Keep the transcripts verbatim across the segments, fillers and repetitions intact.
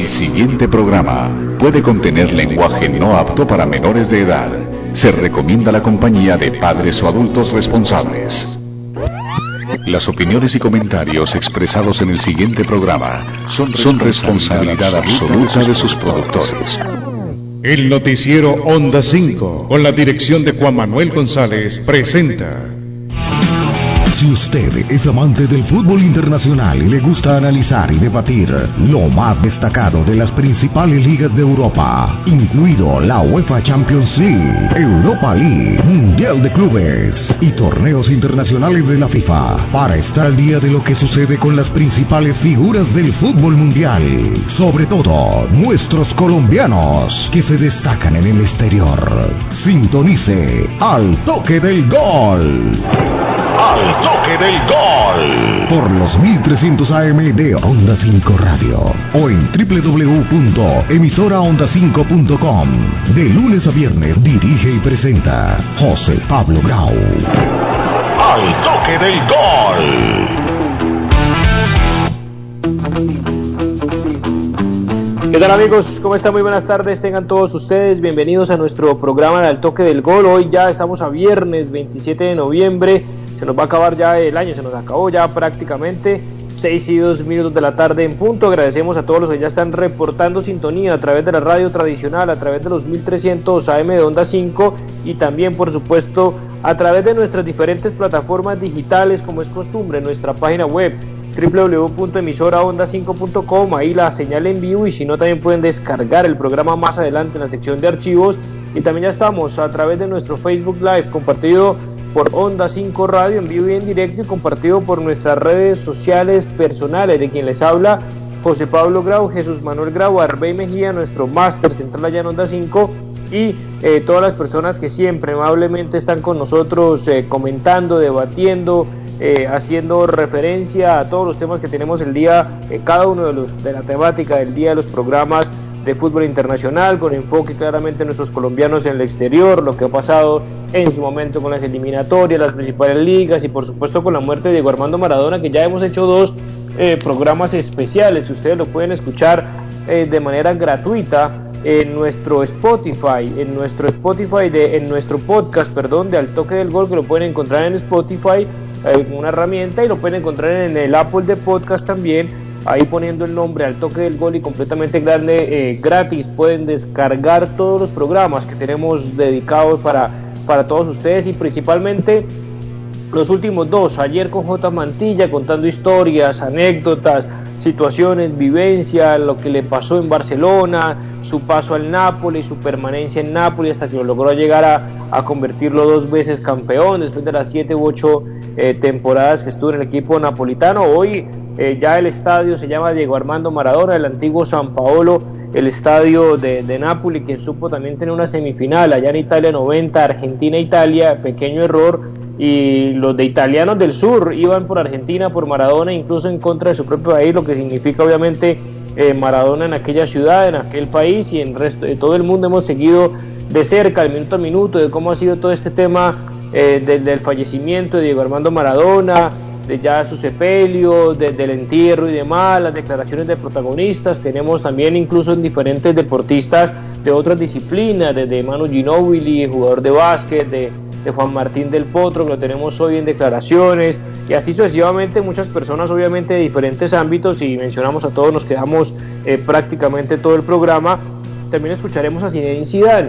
El siguiente programa puede contener lenguaje no apto para menores de edad. Se recomienda la compañía de padres o adultos responsables. Las opiniones y comentarios expresados en el siguiente programa son, son responsabilidad absoluta de sus productores. El noticiero Onda cinco, con la dirección de Juan Manuel González, presenta. Si usted es amante del fútbol internacional y le gusta analizar y debatir lo más destacado de las principales ligas de Europa, incluido la UEFA Champions League, Europa League, Mundial de Clubes y torneos internacionales de la FIFA, para estar al día de lo que sucede con las principales figuras del fútbol mundial, sobre todo nuestros colombianos que se destacan en el exterior, sintonice Al Toque del Gol. Al Toque del Gol. Por los mil trescientos A M de Onda cinco Radio o en doble u doble u doble u punto emisora onda cinco punto com. De lunes a viernes dirige y presenta José Pablo Grau. Al Toque del Gol. ¿Qué tal, amigos? ¿Cómo están? Muy buenas tardes, tengan todos ustedes bienvenidos a nuestro programa de Al Toque del Gol. Hoy ya estamos a viernes veintisiete de noviembre. Se nos va a acabar ya el año, se nos acabó ya prácticamente, seis y dos minutos de la tarde en punto. Agradecemos a todos los que ya están reportando sintonía a través de la radio tradicional, a través de los mil trescientos A M de Onda cinco y también, por supuesto, a través de nuestras diferentes plataformas digitales, como es costumbre, nuestra página web doble u doble u doble u punto emisora onda cinco punto com, ahí la señal en vivo, y si no también pueden descargar el programa más adelante en la sección de archivos. Y también ya estamos a través de nuestro Facebook Live, compartido por Onda cinco Radio en vivo y en directo, y compartido por nuestras redes sociales personales, de quien les habla José Pablo Grau, Jesús Manuel Grau, Arbey Mejía, nuestro máster central allá en Onda cinco, y eh, todas las personas que siempre amablemente están con nosotros eh, comentando, debatiendo, eh, haciendo referencia a todos los temas que tenemos el día, eh, cada uno de los de la temática del día de los programas de fútbol internacional, con enfoque claramente en nuestros colombianos en el exterior, lo que ha pasado en su momento con las eliminatorias, las principales ligas, y por supuesto con la muerte de Diego Armando Maradona, que ya hemos hecho dos eh, programas especiales. Ustedes lo pueden escuchar eh, de manera gratuita en nuestro Spotify, en nuestro Spotify, de, en nuestro podcast, perdón, de Al Toque del Gol, que lo pueden encontrar en Spotify, eh, una herramienta, y lo pueden encontrar en el Apple de Podcast también, ahí poniendo el nombre Al Toque del Gol, y completamente grande, eh, gratis pueden descargar todos los programas que tenemos dedicados para, para todos ustedes, y principalmente los últimos dos, ayer con J. Mantilla contando historias, anécdotas, situaciones, vivencia, lo que le pasó en Barcelona, su paso al Napoli, su permanencia en Napoli hasta que lo logró llegar a, a convertirlo dos veces campeón después de las siete u ocho eh, temporadas que estuvo en el equipo napolitano. Hoy Eh, ya el estadio se llama Diego Armando Maradona, el antiguo San Paolo, el estadio de, de Napoli, que supo también tener una semifinal allá en Italia noventa, Argentina-Italia, pequeño error, y los de italianos del sur iban por Argentina, por Maradona, incluso en contra de su propio país, lo que significa obviamente eh, Maradona en aquella ciudad, en aquel país, y en el resto de todo el mundo hemos seguido de cerca, el minuto a minuto, de cómo ha sido todo este tema eh, del, del fallecimiento de Diego Armando Maradona, de ya su sepelio, de, del entierro y demás, las declaraciones de protagonistas. Tenemos también incluso en diferentes deportistas de otras disciplinas, desde Manu Ginóbili, jugador de básquet, de, de Juan Martín del Potro, que lo tenemos hoy en declaraciones, y así sucesivamente muchas personas obviamente de diferentes ámbitos, y mencionamos a todos, nos quedamos eh, prácticamente todo el programa. También escucharemos a Zinedine Zidane,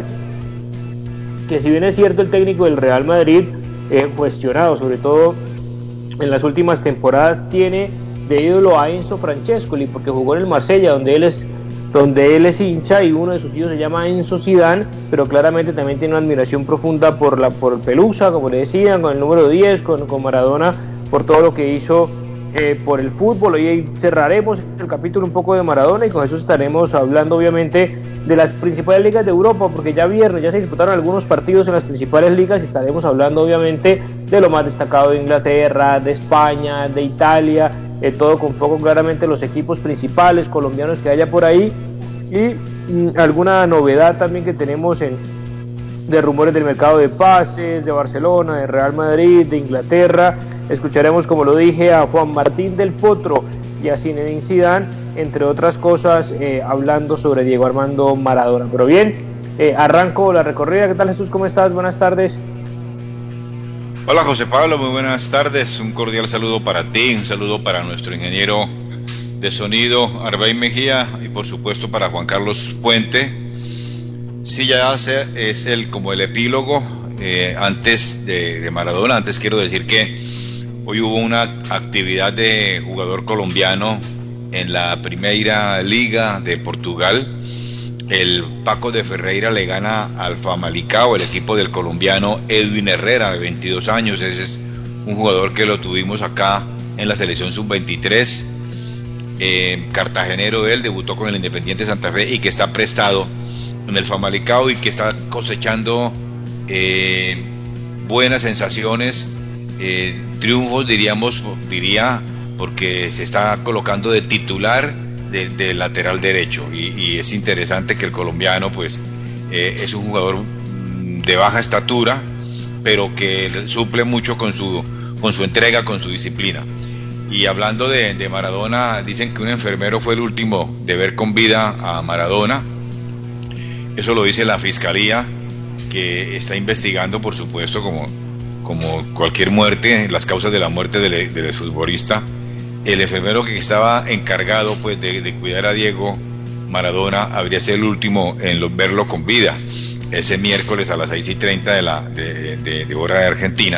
que si bien es cierto el técnico del Real Madrid, eh, cuestionado sobre todo en las últimas temporadas, tiene de ídolo a Enzo Francescoli, porque jugó en el Marsella, donde él es donde él es hincha, y uno de sus hijos se llama Enzo Zidane, pero claramente también tiene una admiración profunda por la por Pelusa, como le decían, con el número diez, con, con Maradona, por todo lo que hizo eh, por el fútbol. Hoy cerraremos el capítulo un poco de Maradona, y con eso estaremos hablando obviamente de las principales ligas de Europa, porque ya viernes ya se disputaron algunos partidos en las principales ligas, y estaremos hablando obviamente de lo más destacado de Inglaterra, de España, de Italia, eh, todo con foco claramente en los equipos principales colombianos que haya por ahí, y mm, alguna novedad también que tenemos en de rumores del mercado de pases, de Barcelona, de Real Madrid, de Inglaterra. Escucharemos, como lo dije, a Juan Martín del Potro y a Zinedine Zidane, entre otras cosas, eh, hablando sobre Diego Armando Maradona. Pero bien, eh, arranco la recorrida. ¿Qué tal, Jesús? ¿Cómo estás? Buenas tardes. Hola, José Pablo, muy buenas tardes. Un cordial saludo para ti, un saludo para nuestro ingeniero de sonido, Arbey Mejía, y por supuesto para Juan Carlos Puente. Sí, ya hace, es el como el epílogo eh, antes de, de Maradona. Antes quiero decir que hoy hubo una actividad de jugador colombiano en la Primeira Liga de Portugal. El Paco de Ferreira le gana al Famalicão, el equipo del colombiano Edwin Herrera, de veintidós años. Ese es un jugador que lo tuvimos acá en la selección sub veintitrés. Eh, cartagenero él, debutó con el Independiente Santa Fe y que está prestado en el Famalicão y que está cosechando eh, buenas sensaciones, eh, triunfos, diríamos, diría, porque se está colocando de titular de, de lateral derecho y, y es interesante que el colombiano pues eh, es un jugador de baja estatura, pero que suple mucho con su, con su entrega, con su disciplina. Y hablando de, de Maradona, dicen que un enfermero fue el último de ver con vida a Maradona. Eso lo dice la Fiscalía, que está investigando, por supuesto, como, como cualquier muerte, las causas de la muerte del, del futbolista. El enfermero que estaba encargado pues de, de cuidar a Diego Maradona habría sido el último en lo, verlo con vida, ese miércoles a las seis y treinta de la de, de, de hora de Argentina.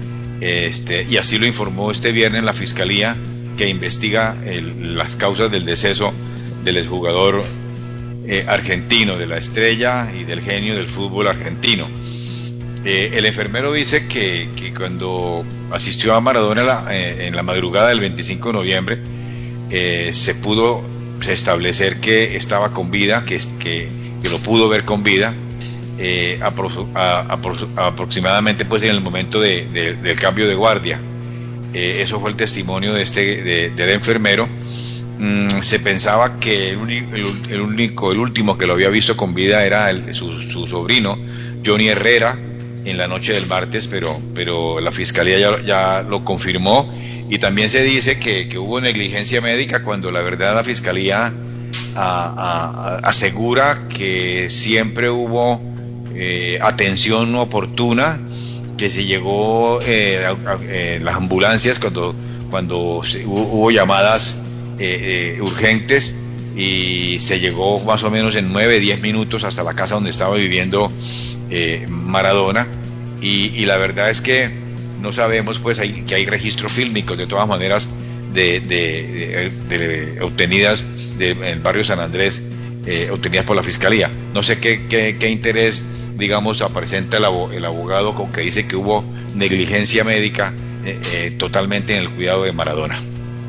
Este, y así lo informó este viernes la Fiscalía, que investiga el, las causas del deceso del exjugador eh, argentino, de la estrella y del genio del fútbol argentino. Eh, el enfermero dice que, que cuando asistió a Maradona la, eh, en la madrugada del veinticinco de noviembre, eh, se pudo establecer que estaba con vida, que, que, que lo pudo ver con vida, eh, apro, a, apro, aproximadamente pues en el momento de, de, del cambio de guardia. Eh, eso fue el testimonio de este de, del enfermero. Mm, se pensaba que el, el, el único, el último que lo había visto con vida era el, su, su sobrino, Johnny Herrera, en la noche del martes, pero, pero la Fiscalía ya, ya lo confirmó. Y también se dice que, que hubo negligencia médica, cuando la verdad la Fiscalía a, a, a, asegura que siempre hubo eh, atención oportuna, que se llegó eh, a, a, eh, las ambulancias cuando, cuando se, hubo, hubo llamadas eh, eh, urgentes, y se llegó más o menos en nueve, diez minutos hasta la casa donde estaba viviendo eh, Maradona, y, y la verdad es que no sabemos pues hay, que hay registros fílmicos de todas maneras de, de, de, de obtenidas de, en el barrio San Andrés, eh, obtenidas por la Fiscalía. No sé qué, qué, qué interés, digamos, presenta el, el abogado con que dice que hubo negligencia médica eh, eh, totalmente en el cuidado de Maradona.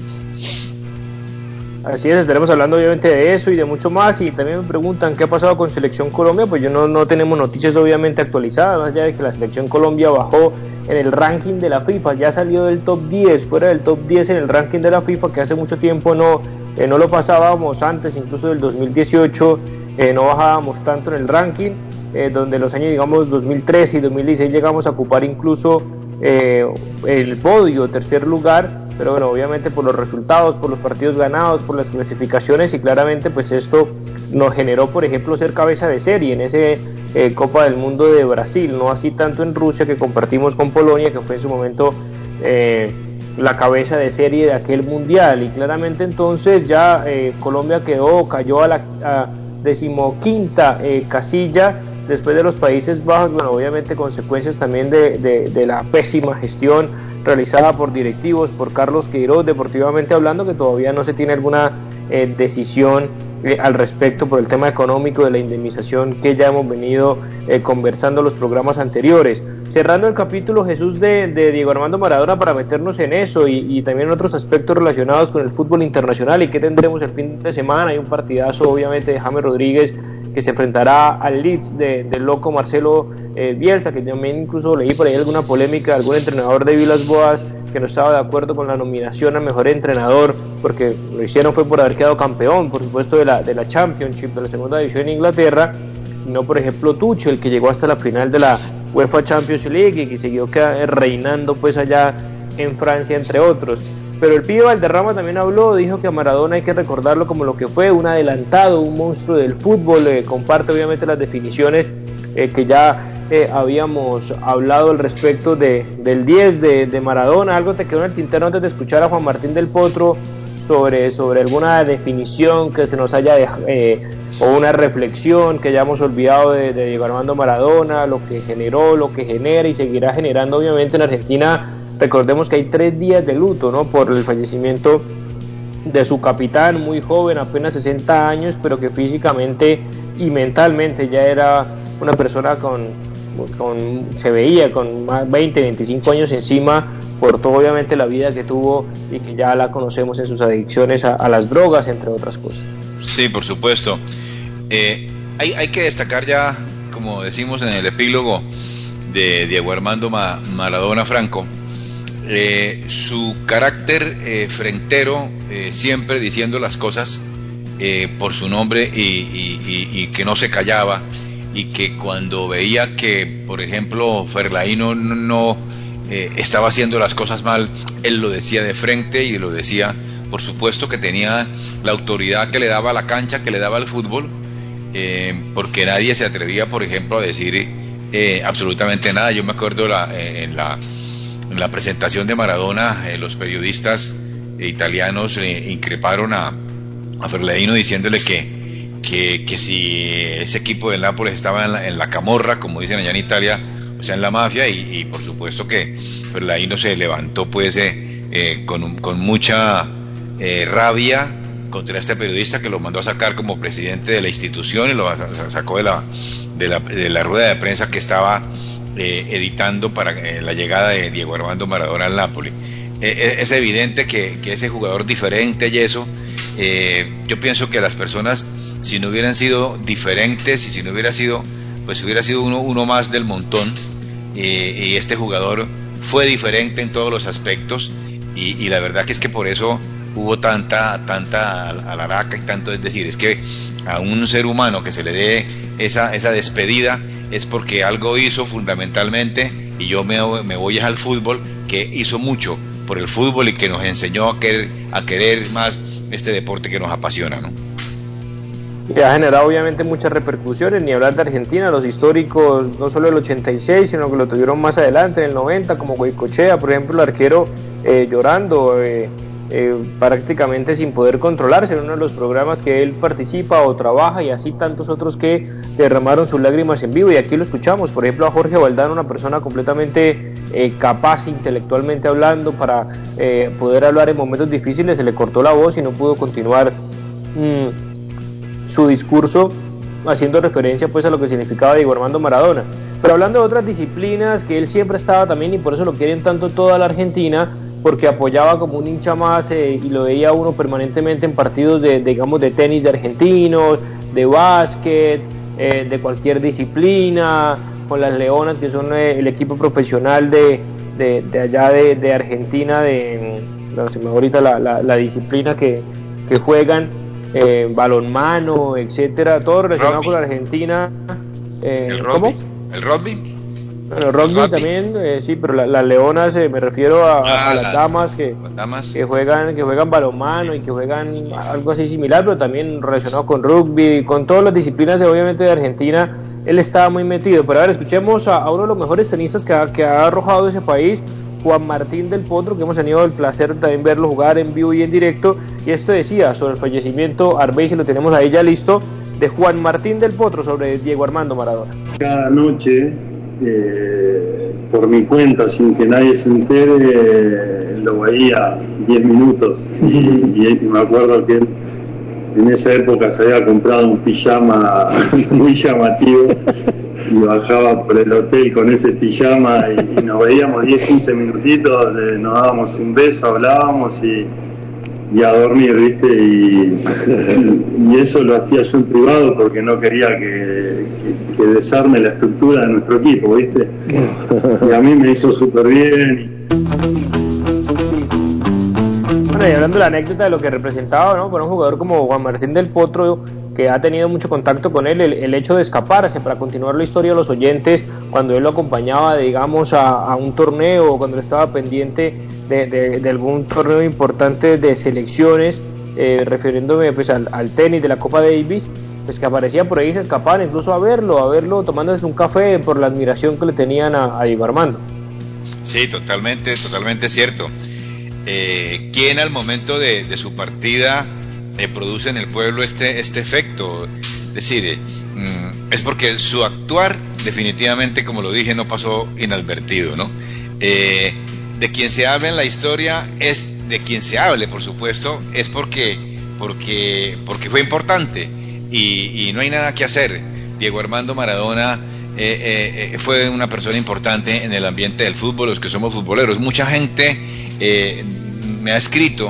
Así es, estaremos hablando obviamente de eso y de mucho más. Y también me preguntan qué ha pasado con Selección Colombia. Pues yo no, no tenemos noticias obviamente actualizadas, más allá de que la Selección Colombia bajó en el ranking de la FIFA, ya salió del top diez, fuera del top diez en el ranking de la FIFA, que hace mucho tiempo no, eh, no lo pasábamos. Antes, incluso del dos mil dieciocho, eh, no bajábamos tanto en el ranking, eh, donde los años, digamos, dos mil trece y dos mil dieciséis llegamos a ocupar incluso eh, el podio, tercer lugar. Pero bueno, obviamente por los resultados, por los partidos ganados, por las clasificaciones, y claramente pues esto nos generó, por ejemplo, ser cabeza de serie en ese eh, Copa del Mundo de Brasil, no así tanto en Rusia, que compartimos con Polonia, que fue en su momento eh, la cabeza de serie de aquel mundial. Y claramente entonces ya eh, Colombia quedó, cayó a la a decimoquinta eh, casilla después de los Países Bajos. Bueno, obviamente consecuencias también de, de, de la pésima gestión realizada por directivos, por Carlos Queiroz, deportivamente hablando, que todavía no se tiene alguna eh, decisión eh, al respecto por el tema económico de la indemnización que ya hemos venido eh, conversando en los programas anteriores. Cerrando el capítulo, Jesús, de, de Diego Armando Maradona, para meternos en eso y, y también en otros aspectos relacionados con el fútbol internacional y qué tendremos el fin de semana. Hay un partidazo obviamente de James Rodríguez, que se enfrentará al Leeds de, del loco Marcelo eh, Bielsa, que también incluso leí por ahí alguna polémica de algún entrenador de Vilas Boas que no estaba de acuerdo con la nominación a mejor entrenador, porque lo hicieron fue por haber quedado campeón, por supuesto, de la, de la Championship, de la segunda división en Inglaterra, y no, por ejemplo, Tuchel, el que llegó hasta la final de la UEFA Champions League y que siguió reinando pues allá en Francia, entre otros. Pero el pibe Valderrama también habló, dijo que a Maradona hay que recordarlo como lo que fue, un adelantado, un monstruo del fútbol. Eh, comparte obviamente las definiciones eh, que ya eh, habíamos hablado al respecto de, del diez de, de Maradona. Algo te quedó en el tintero antes de escuchar a Juan Martín del Potro sobre, sobre alguna definición que se nos haya dejado, eh, o una reflexión que hayamos olvidado de, de Diego Armando Maradona, lo que generó, lo que genera y seguirá generando obviamente en Argentina. Recordemos que hay tres días de luto, ¿no?, por el fallecimiento de su capitán, muy joven, apenas sesenta años, pero que físicamente y mentalmente ya era una persona con, con se veía con más veinte, veinticinco años encima, por todo obviamente la vida que tuvo y que ya la conocemos en sus adicciones a, a las drogas, entre otras cosas. Sí, por supuesto. Eh, hay, hay que destacar ya, como decimos en el epílogo de Diego Armando Ma- Maradona Franco, Eh, su carácter eh, frentero, eh, siempre diciendo las cosas eh, por su nombre y, y, y, y que no se callaba, y que cuando veía que, por ejemplo, Ferlaino no, no eh, estaba haciendo las cosas mal, él lo decía de frente y lo decía, por supuesto que tenía la autoridad que le daba la cancha, que le daba el fútbol, eh, porque nadie se atrevía, por ejemplo, a decir eh, absolutamente nada. Yo me acuerdo la, eh, en la En la presentación de Maradona, eh, los periodistas eh, italianos eh, increparon a, a Ferlaino diciéndole que, que, que si ese equipo del Nápoles estaba en la, en la camorra, como dicen allá en Italia, o sea, en la mafia, y, y por supuesto que Ferlaino se levantó pues eh, eh, con, un, con mucha eh, rabia contra este periodista, que lo mandó a sacar como presidente de la institución y lo sacó de la, de la, de la rueda de prensa que estaba Eh, editando para eh, la llegada de Diego Armando Maradona al Napoli. Eh, es evidente que, que ese jugador diferente y eso, eh, yo pienso que las personas, si no hubieran sido diferentes y si no hubiera sido, pues hubiera sido uno, uno más del montón, eh, y este jugador fue diferente en todos los aspectos, y, y la verdad que es que por eso hubo tanta, tanta alaraca y tanto, es decir, es que a un ser humano que se le dé esa, esa despedida, es porque algo hizo fundamentalmente, y yo me, me voy al fútbol, que hizo mucho por el fútbol y que nos enseñó a querer, a querer más este deporte que nos apasiona, ¿no? Que ha generado obviamente muchas repercusiones, ni hablar de Argentina, los históricos, no solo el ochenta y seis, sino que lo tuvieron más adelante, en el noventa, como Goicoechea, por ejemplo, el arquero eh, llorando, eh, eh, prácticamente sin poder controlarse en uno de los programas que él participa o trabaja, y así tantos otros que derramaron sus lágrimas en vivo. Y aquí lo escuchamos, por ejemplo, a Jorge Valdano, una persona completamente eh, capaz intelectualmente hablando para eh, poder hablar en momentos difíciles, se le cortó la voz y no pudo continuar mmm, su discurso, haciendo referencia pues a lo que significaba Diego Armando Maradona. Pero hablando de otras disciplinas que él siempre estaba también, y por eso lo quieren tanto toda la Argentina, porque apoyaba como un hincha más, eh, y lo veía uno permanentemente en partidos de, de digamos, de tenis de argentinos, de básquet, eh, de cualquier disciplina, con las Leonas, que son eh, el equipo profesional de, de, de allá de, de Argentina, de, no sé, ahorita la, la, la disciplina que, que juegan, eh, balonmano, etcétera, todo relacionado Rugby. con la Argentina. Eh, ¿El rugby? ¿Cómo? ¿El rugby? Bueno, rugby, rugby también, eh, sí, pero las la leonas, eh, me refiero a, ah, a las, las damas, que, las damas que juegan que juegan balonmano y que juegan algo así similar, pero también relacionado con rugby, con todas las disciplinas de, obviamente de Argentina. Él estaba muy metido. Pero a ver, escuchemos a, a uno de los mejores tenistas que ha, que ha arrojado ese país, Juan Martín del Potro, que hemos tenido el placer de también verlo jugar en vivo y en directo. Y esto decía sobre el fallecimiento, Arbey, si lo tenemos ahí ya listo, de Juan Martín del Potro sobre Diego Armando Maradona. Cada noche, eh, por mi cuenta, sin que nadie se entere, eh, lo veía diez minutos. Y, y me acuerdo que él, en esa época, se había comprado un pijama muy llamativo y bajaba por el hotel con ese pijama y, y nos veíamos diez, quince minutitos, eh, nos dábamos un beso, hablábamos y, y a dormir, ¿viste? Y, y eso lo hacía yo en privado porque no quería que, que, que desarme la estructura de nuestro equipo, ¿viste? Y a mí me hizo súper bien. Bueno, y hablando de la anécdota de lo que representaba, ¿no?, para un jugador como Juan Martín del Potro, que ha tenido mucho contacto con él, el, el hecho de escaparse para continuar la historia de los oyentes, cuando él lo acompañaba, digamos, a, a un torneo, o cuando él estaba pendiente de, de, de algún torneo importante de selecciones, eh, refiriéndome pues al, al tenis de la Copa Davis, pues que aparecían por ahí, se escapaban incluso a verlo, a verlo tomándose un café por la admiración que le tenían a, a Diego Armando. Sí, totalmente, totalmente cierto. Eh, ¿Quién al momento de, de su partida eh, produce en el pueblo este, este efecto? Es decir, eh, mm, es porque su actuar definitivamente, como lo dije, no pasó inadvertido, ¿no? Eh, de quien se habla en la historia es de quien se hable, por supuesto, es porque, porque, porque fue importante y, y no hay nada que hacer. Diego Armando Maradona eh, eh, eh, fue una persona importante en el ambiente del fútbol, los que somos futboleros. Mucha gente eh, me ha escrito,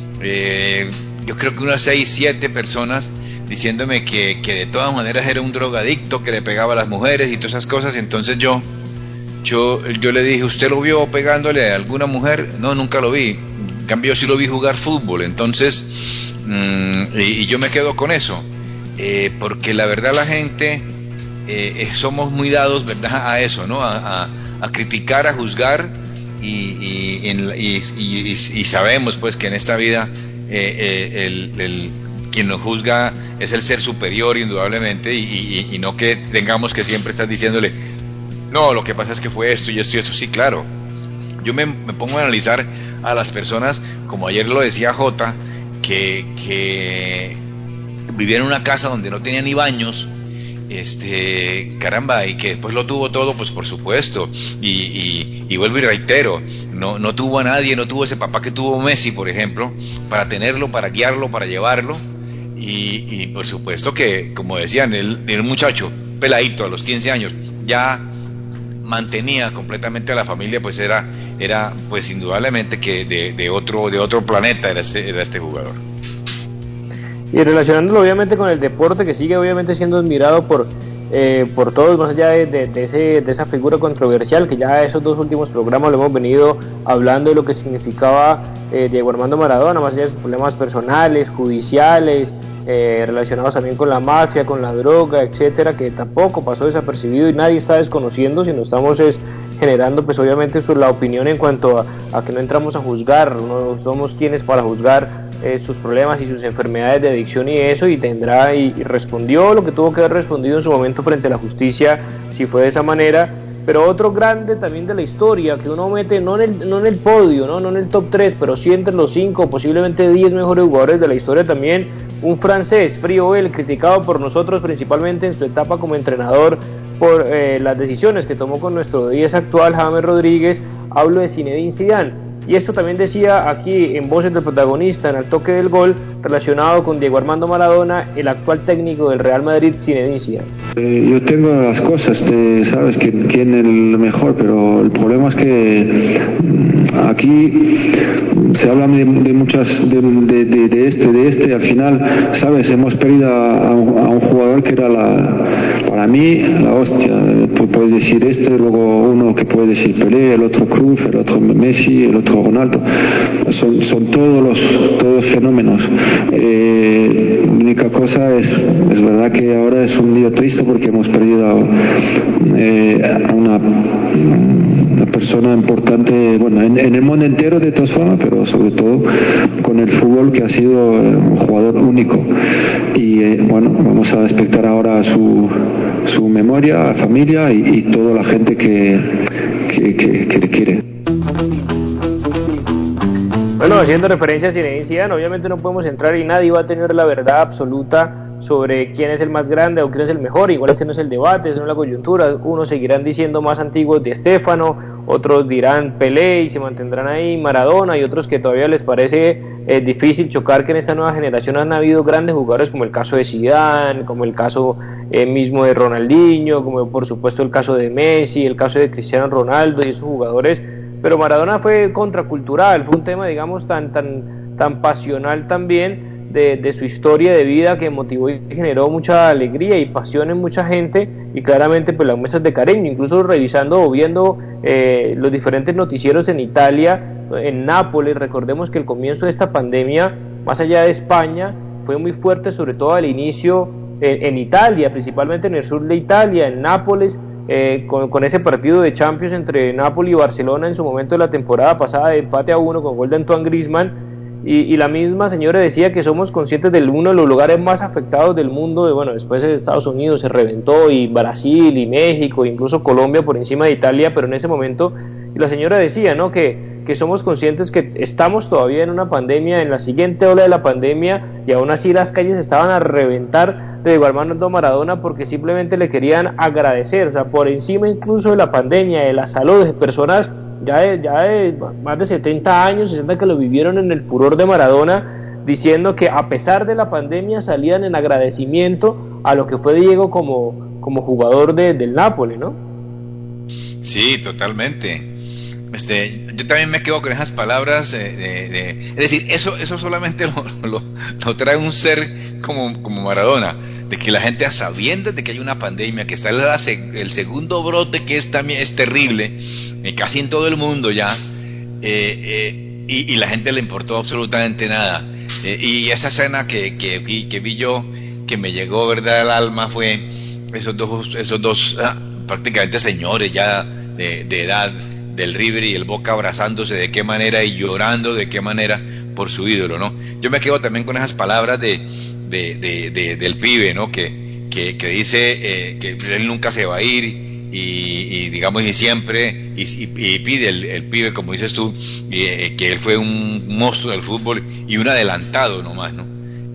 eh, yo creo que unas seis, siete personas diciéndome que, que de todas maneras era un drogadicto, que le pegaba a las mujeres y todas esas cosas, y entonces yo Yo, yo le dije, ¿usted lo vio pegándole a alguna mujer? No, nunca lo vi. En cambio, sí lo vi jugar fútbol. Entonces, mmm, y, y yo me quedo con eso. Eh, porque la verdad la gente, eh, somos muy dados, ¿verdad?, a eso, ¿no? A, a, a criticar, a juzgar, y, y, y, y, y sabemos, pues, que en esta vida eh, eh, el, el, quien nos juzga es el ser superior, indudablemente, y, y, y no que tengamos que siempre estar diciéndole, no, lo que pasa es que fue esto y esto y esto. Sí, claro. Yo me, me pongo a analizar a las personas, como ayer lo decía Jota, que, que vivían en una casa donde no tenía ni baños, este, caramba, y que después lo tuvo todo, pues por supuesto. Y, y, y vuelvo y reitero, no, no tuvo a nadie, no tuvo ese papá que tuvo Messi, por ejemplo, para tenerlo, para guiarlo, para llevarlo. Y, y por supuesto que, como decían, el, el muchacho peladito a los quince años ya mantenía completamente a la familia, pues era, era pues indudablemente que de, de otro, de otro planeta era este, era este jugador. Y relacionándolo obviamente con el deporte, que sigue obviamente siendo admirado por, eh, por todos, más allá de, de, de, ese, de esa figura controversial, que ya esos dos últimos programas lo hemos venido hablando de lo que significaba eh, Diego Armando Maradona, más allá de sus problemas personales, judiciales, Eh, relacionados también con la mafia, con la droga, etcétera, que tampoco pasó desapercibido y nadie está desconociendo, sino estamos es, generando pues obviamente su, la opinión en cuanto a, a que no entramos a juzgar, no somos quienes para juzgar eh, sus problemas y sus enfermedades de adicción y eso, y tendrá y, y respondió lo que tuvo que haber respondido en su momento frente a la justicia, si fue de esa manera. Pero otro grande también de la historia, que uno mete no en el, no en el podio, ¿no? no en el top tres, pero sí entre los cinco, posiblemente diez mejores jugadores de la historia también, un francés, Friobel, criticado por nosotros principalmente en su etapa como entrenador por eh, las decisiones que tomó con nuestro diez actual, James Rodríguez. Hablo de Zinedine Zidane. Y esto también decía aquí en Voces del Protagonista, en el toque del gol, relacionado con Diego Armando Maradona, el actual técnico del Real Madrid, Zinedine Zidane. Eh, yo tengo las cosas, de, sabes que quién es el mejor, pero el problema es que aquí se habla de, de muchas, de, de, de, de este, de este, al final, sabes, hemos perdido a, a, un, a un jugador que era la, para mí, la hostia. Puedes decir este, luego uno que puede decir Pelé, el otro Cruyff, el otro Messi, el otro Ronaldo, son, son todos los todos fenómenos. Eh, la única cosa es, es verdad que ahora es un día triste porque hemos perdido eh, a una, una persona importante, bueno, en, en el mundo entero de todas formas, pero sobre todo con el fútbol, que ha sido un jugador único. Y eh, bueno, vamos a respectar ahora su, su memoria, a familia y, y toda la gente que, que, que, que le quiere. Bueno, haciendo referencia a Zinedine Zidane, obviamente no podemos entrar y nadie va a tener la verdad absoluta sobre quién es el más grande o quién es el mejor. Igual este no es el debate, esta no es la coyuntura. Unos seguirán diciendo más antiguos Di Stéfano, otros dirán Pelé y se mantendrán ahí, Maradona, y otros que todavía les parece eh, difícil chocar que en esta nueva generación han habido grandes jugadores, como el caso de Zidane, como el caso eh, mismo de Ronaldinho, como por supuesto el caso de Messi, el caso de Cristiano Ronaldo y esos jugadores. Pero Maradona fue contracultural, fue un tema, digamos, tan tan tan pasional también de, de su historia de vida, que motivó y generó mucha alegría y pasión en mucha gente, y claramente pues las muestras de cariño, incluso revisando o viendo eh, los diferentes noticieros en Italia, en Nápoles. Recordemos que el comienzo de esta pandemia, más allá de España, fue muy fuerte, sobre todo al inicio en, en Italia, principalmente en el sur de Italia, en Nápoles, eh, con, con ese partido de Champions entre Napoli y Barcelona en su momento de la temporada pasada, de empate a uno con gol de Antoine Griezmann. Y, y la misma señora decía que somos conscientes de uno de los lugares más afectados del mundo, de, bueno, después de Estados Unidos se reventó, y Brasil y México, incluso Colombia por encima de Italia, pero en ese momento, y la señora decía, ¿no?, que, que somos conscientes que estamos todavía en una pandemia, en la siguiente ola de la pandemia, y aún así las calles estaban a reventar de Diego Armando Maradona, porque simplemente le querían agradecer, o sea, por encima incluso de la pandemia, de la salud de personas ya de, ya de más de setenta años, sesenta, que lo vivieron en el furor de Maradona, diciendo que a pesar de la pandemia salían en agradecimiento a lo que fue Diego como, como jugador de, del Napoli, ¿no? Sí, totalmente. Este, yo también me quedo con esas palabras de, de, de, es decir, eso, eso solamente lo, lo, lo trae un ser como, como Maradona, de que la gente, a sabiendas de que hay una pandemia, que está el, el segundo brote, que es también es terrible, eh, casi en todo el mundo ya, eh, eh, y, y la gente le importó absolutamente nada, eh, y esa escena que, que, vi, que vi yo, que me llegó, verdad, al alma, fue esos dos, esos dos ah, prácticamente señores ya de, de edad, del River y el Boca, abrazándose de qué manera y llorando de qué manera por su ídolo, ¿no? Yo me quedo también con esas palabras de, de, de, de del pibe, ¿no? Que, que, que dice eh, que él nunca se va a ir, y, y digamos, y siempre, y, y, y pide el, el pibe, como dices tú, y, eh, que él fue un monstruo del fútbol y un adelantado nomás, ¿no?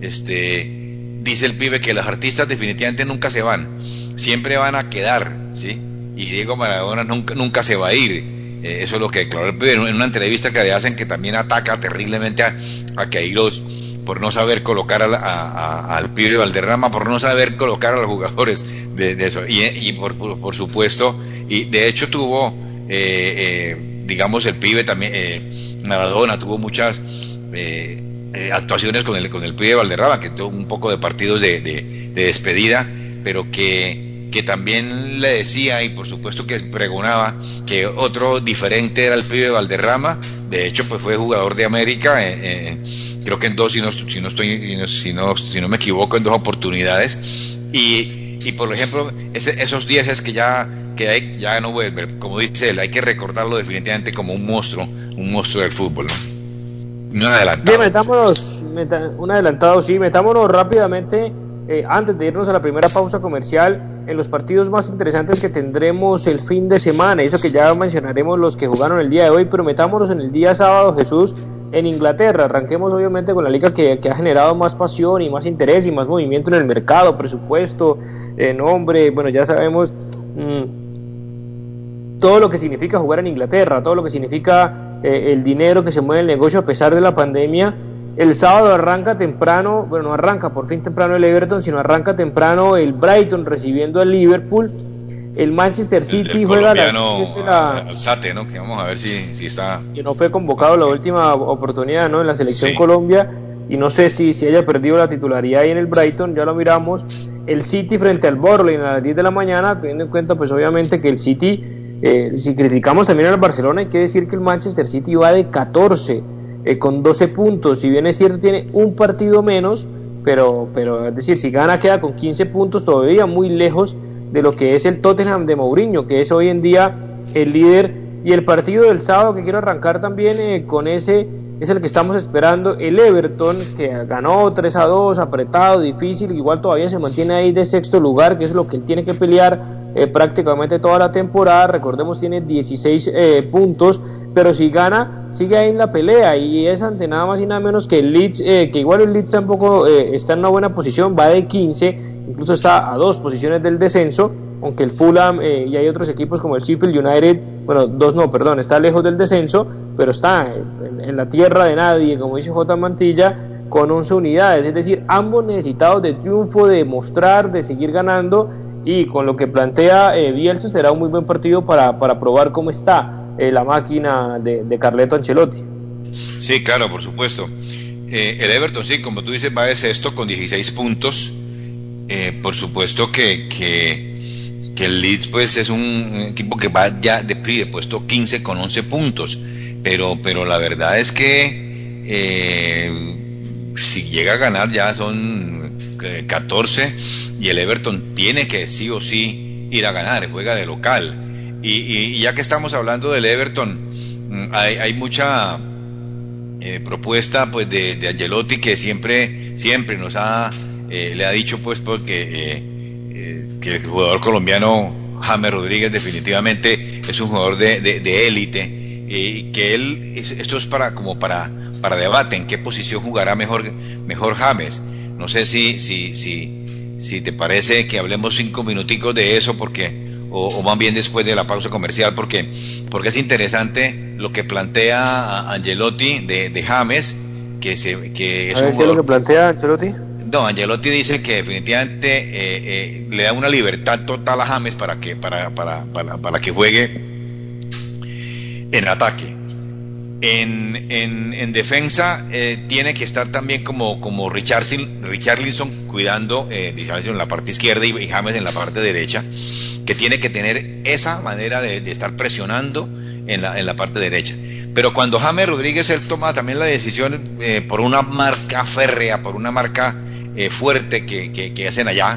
Este, dice el pibe que los artistas definitivamente nunca se van, siempre van a quedar, ¿sí? Y Diego Maradona nunca, nunca se va a ir. Eso es lo que declaró el pibe en una entrevista que le hacen, que también ataca terriblemente a, a Queiroz por no saber colocar a, a, a, al pibe Valderrama, por no saber colocar a los jugadores de, de eso, y, y por, por, por supuesto, y de hecho tuvo, eh, eh, digamos, el pibe también, eh, Maradona tuvo muchas eh, eh, actuaciones con el, con el pibe Valderrama, que tuvo un poco de partidos de, de, de despedida, pero que que también le decía, y por supuesto que pregonaba, que otro diferente era el pibe Valderrama. De hecho, pues fue jugador de América, eh, eh, creo que en dos, si no, si no estoy, si no, si no me equivoco, en dos oportunidades. Y, y por ejemplo, ese, esos días es que ya, que hay, ya no vuelve, como dice él, hay que recordarlo definitivamente como un monstruo, un monstruo del fútbol, ¿no? Un adelantado. Bien, metámonos, meta, un adelantado, sí, metámonos rápidamente, eh, antes de irnos a la primera pausa comercial, en los partidos más interesantes que tendremos el fin de semana, eso que ya mencionaremos los que jugaron el día de hoy, pero metámonos en el día sábado, Jesús, en Inglaterra. Arranquemos obviamente con la liga que, que ha generado más pasión y más interés y más movimiento en el mercado, presupuesto, eh, nombre, bueno, ya sabemos mmm, todo lo que significa jugar en Inglaterra, todo lo que significa eh, el dinero que se mueve en el negocio a pesar de la pandemia. El sábado arranca temprano, bueno, no arranca por fin temprano el Everton, sino arranca temprano el Brighton recibiendo al Liverpool. El Manchester City el juega la, la Alzate, ¿no? Que vamos a ver si, si está. Que no fue convocado la última oportunidad, ¿no? En la selección sí. Colombia, y no sé si, si haya perdido la titularidad ahí en el Brighton, ya lo miramos. El City frente al Burnley a las diez de la mañana, teniendo en cuenta, pues obviamente que el City, eh, si criticamos también al Barcelona, hay que decir que el Manchester City va de catorce. Eh, con doce puntos, si bien es cierto tiene un partido menos, pero, pero es decir, si gana queda con quince puntos, todavía muy lejos de lo que es el Tottenham de Mourinho, que es hoy en día el líder. Y el partido del sábado que quiero arrancar también eh, con ese, es el que estamos esperando, el Everton, que ganó tres a dos, apretado, difícil, igual todavía se mantiene ahí de sexto lugar, que es lo que él tiene que pelear eh, prácticamente toda la temporada. Recordemos, tiene dieciséis eh, puntos, pero si gana, sigue ahí en la pelea, y es ante nada más y nada menos que el Leeds, eh, que igual el Leeds tampoco eh, está en una buena posición, va de quince, incluso está a dos posiciones del descenso, aunque el Fulham eh, y hay otros equipos como el Sheffield United, bueno, dos no, perdón, está lejos del descenso, pero está en, en la tierra de nadie, como dice J. Mantilla, con once unidades, es decir, ambos necesitados de triunfo, de mostrar, de seguir ganando, y con lo que plantea eh, Bielsa será un muy buen partido para, para probar cómo está Eh, la máquina de, de Carleto Ancelotti. Sí, claro, por supuesto. Eh, el Everton, sí, como tú dices, va de sexto con dieciséis puntos. Eh, por supuesto que, que, que el Leeds, pues, es un equipo que va ya de, de puesto quince con once puntos. Pero, pero la verdad es que eh, si llega a ganar ya son catorce, y el Everton tiene que sí o sí ir a ganar, juega de local. Y, y, y ya que estamos hablando del Everton, hay, hay mucha eh, propuesta pues de, de Ancelotti, que siempre siempre nos ha eh, le ha dicho pues porque eh, eh, que el jugador colombiano James Rodríguez definitivamente es un jugador de de, de élite, y eh, que él es, esto es para como para para debate en qué posición jugará mejor mejor James. No sé si si si si te parece que hablemos cinco minuticos de eso, porque o, o más bien después de la pausa comercial, porque porque es interesante lo que plantea Ancelotti de, de James, que se que es a ver, un ¿qué es lo jugador... que plantea Ancelotti? No, Ancelotti dice que definitivamente eh, eh, le da una libertad total a James para que para para para, para que juegue en ataque. En, en, en defensa eh, tiene que estar también como, como Richarlison, Richarlison cuidando eh, Richarlison en la parte izquierda y, y James en la parte derecha, que tiene que tener esa manera de, de estar presionando en la, en la parte derecha. Pero cuando James Rodríguez él toma también la decisión eh, por una marca férrea, por una marca eh, fuerte que, que, que hacen allá,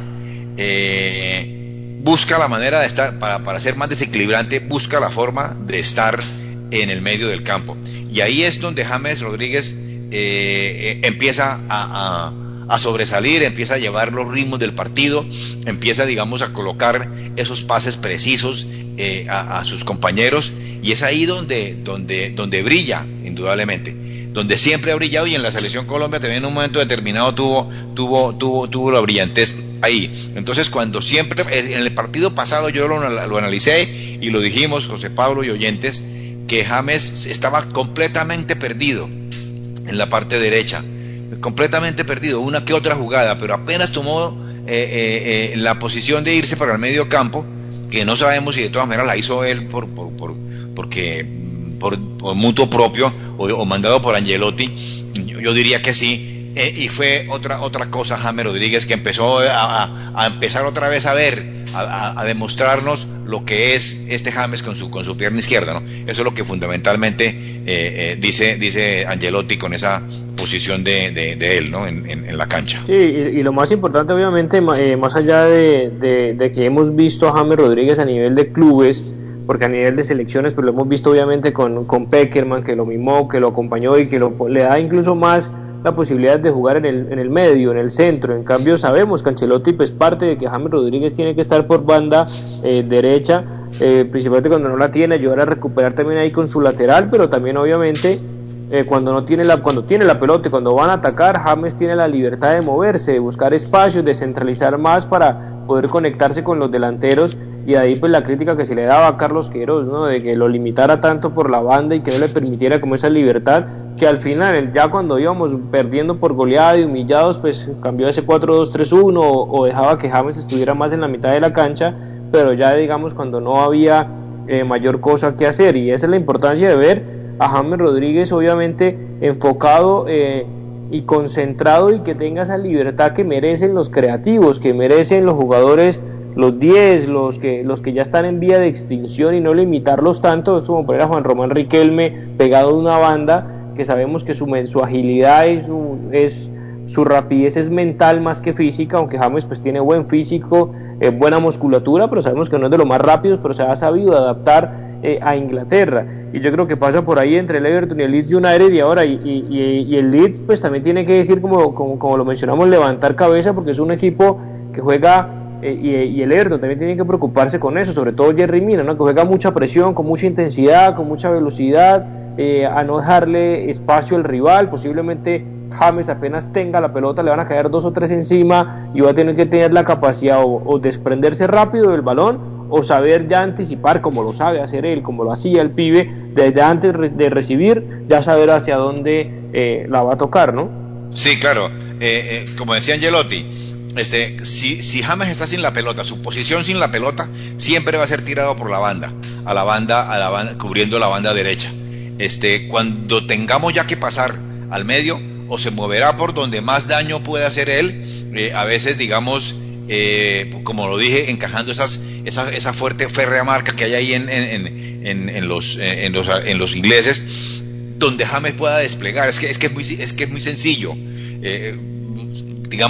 eh, busca la manera de estar, para, para ser más desequilibrante, busca la forma de estar en el medio del campo. Y ahí es donde James Rodríguez eh, eh, empieza a, a, a sobresalir, empieza a llevar los ritmos del partido, empieza, digamos, a colocar esos pases precisos eh, a, a sus compañeros, y es ahí donde, donde, donde brilla, indudablemente, donde siempre ha brillado, y en la selección Colombia también en un momento determinado tuvo, tuvo, tuvo, tuvo la brillantez ahí. Entonces, cuando siempre, en el partido pasado yo lo, lo analicé y lo dijimos, José Pablo y oyentes, que James estaba completamente perdido en la parte derecha, completamente perdido, una que otra jugada, pero apenas tomó eh, eh, eh, la posición de irse para el medio campo, que no sabemos si de todas maneras la hizo él por, por, por porque por, por mutuo propio o, o mandado por Ancelotti, yo, yo diría que sí, eh, y fue otra otra cosa James Rodríguez, que empezó a, a, a empezar otra vez a ver, a, a demostrarnos lo que es este James con su con su pierna izquierda, ¿no? Eso es lo que fundamentalmente eh, eh, dice dice Ancelotti con esa posición de, de, de él, ¿no? En, en, en la cancha. Sí, y, y lo más importante, obviamente, eh, más allá de, de, de que hemos visto a James Rodríguez a nivel de clubes, porque a nivel de selecciones pues lo hemos visto obviamente con, con Pekerman, que lo mimó, que lo acompañó y que lo, le da incluso más la posibilidad de jugar en el, en el medio, en el centro. En cambio sabemos que Ancelotti pues parte de que James Rodríguez tiene que estar por banda eh, derecha, eh, principalmente cuando no la tiene, ayudar a recuperar también ahí con su lateral, pero también obviamente eh, cuando no tiene la cuando tiene la pelota y cuando van a atacar, James tiene la libertad de moverse, de buscar espacios, de centralizar más para poder conectarse con los delanteros. Y ahí pues la crítica que se le daba a Carlos Queiroz, ¿no? De que lo limitara tanto por la banda y que no le permitiera como esa libertad, que al final ya cuando íbamos perdiendo por goleada y humillados, pues cambió ese cuatro dos tres uno o, o dejaba que James estuviera más en la mitad de la cancha, pero ya digamos cuando no había eh, mayor cosa que hacer. Y esa es la importancia de ver a James Rodríguez obviamente enfocado eh, y concentrado, y que tenga esa libertad que merecen los creativos, que merecen los jugadores, los diez, los que los que ya están en vía de extinción, y no limitarlos tanto. Es como poner a Juan Román Riquelme pegado de una banda, que sabemos que su, su agilidad y su, es, su rapidez es mental más que física, aunque James pues tiene buen físico, eh, buena musculatura, pero sabemos que no es de los más rápidos, pero se ha sabido adaptar eh, a Inglaterra. Y yo creo que pasa por ahí entre el Everton y el Leeds United, y ahora y, y, y el Leeds pues también tiene que decir, como, como, como lo mencionamos, levantar cabeza, porque es un equipo que juega Eh, y, y el Everton también tiene que preocuparse con eso, sobre todo Yerry Mina, ¿no? Que juega mucha presión, con mucha intensidad, con mucha velocidad, eh, a no dejarle espacio al rival. Posiblemente James apenas tenga la pelota le van a caer dos o tres encima, y va a tener que tener la capacidad o, o desprenderse rápido del balón, o saber ya anticipar, como lo sabe hacer él, como lo hacía el pibe, desde antes de recibir, ya saber hacia dónde eh, la va a tocar, ¿no? Sí, claro, eh, eh, como decía Ancelotti, Este, si, si James está sin la pelota, su posición sin la pelota siempre va a ser tirado por la banda, a la banda, a la banda, cubriendo la banda derecha. Este, cuando tengamos ya que pasar al medio, o se moverá por donde más daño puede hacer él, eh, a veces digamos, eh, como lo dije, encajando esas, esa, esa fuerte férrea marca que hay ahí en, en, en, en, los, en, los, en los ingleses, donde James pueda desplegar. Es que es que es muy, es que es muy sencillo. Eh, digamos,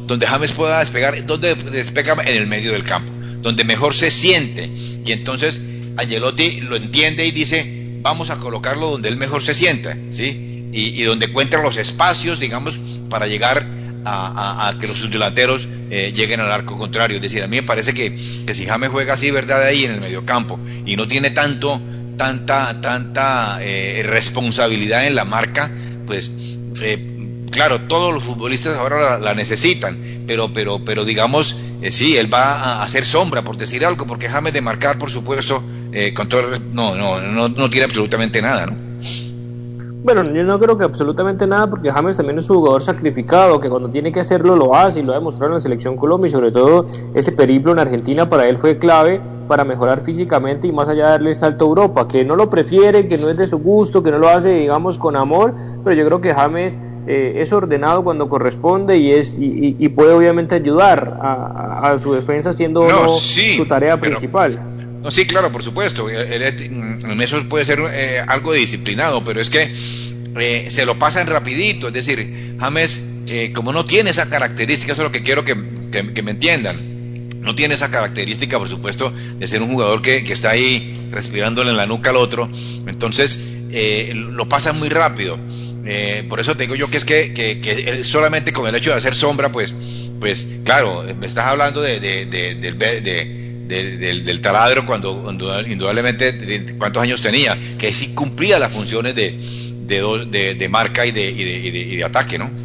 donde James pueda despegar, donde despega en el medio del campo, donde mejor se siente, y entonces Ancelotti lo entiende y dice, vamos a colocarlo donde él mejor se sienta, ¿sí? Y, y donde encuentra los espacios, digamos, para llegar a, a, a que los subdelanteros eh, lleguen al arco contrario. Es decir, a mí me parece que, que si James juega así, verdad, ahí en el mediocampo, y no tiene tanto, tanta, tanta eh, responsabilidad en la marca, pues eh, claro, todos los futbolistas ahora la, la necesitan, pero, pero, pero digamos, eh, sí, él va a hacer sombra, por decir algo, porque James de marcar, por supuesto, eh, con todo el, no, no, no, no tiene absolutamente nada, ¿no? Bueno, yo no creo que absolutamente nada, porque James también es un jugador sacrificado, que cuando tiene que hacerlo lo hace, y lo ha demostrado en la selección Colombia, y sobre todo ese periplo en Argentina para él fue clave para mejorar físicamente y más allá de darle el salto a Europa, que no lo prefiere, que no es de su gusto, que no lo hace, digamos, con amor, pero yo creo que James eh, es ordenado cuando corresponde y es y, y puede obviamente ayudar a, a, a su defensa siendo no, no, sí, su tarea pero... principal. No, sí, claro, por supuesto, en eso puede ser eh, algo disciplinado, pero es que eh, se lo pasan rapidito, es decir, James, eh, como no tiene esa característica, eso es lo que quiero que, que, que me entiendan, no tiene esa característica, por supuesto, de ser un jugador que, que está ahí respirándole en la nuca al otro, entonces eh, lo pasan muy rápido, eh, por eso te digo yo que es que, que, que solamente con el hecho de hacer sombra, pues, pues claro, me estás hablando de, de, de, de, de, de Del, del, del taladro cuando, cuando indudablemente de, cuántos años tenía, que sí cumplía las funciones de, de, de, de marca y de, y, de, y, de, y de ataque, ¿no?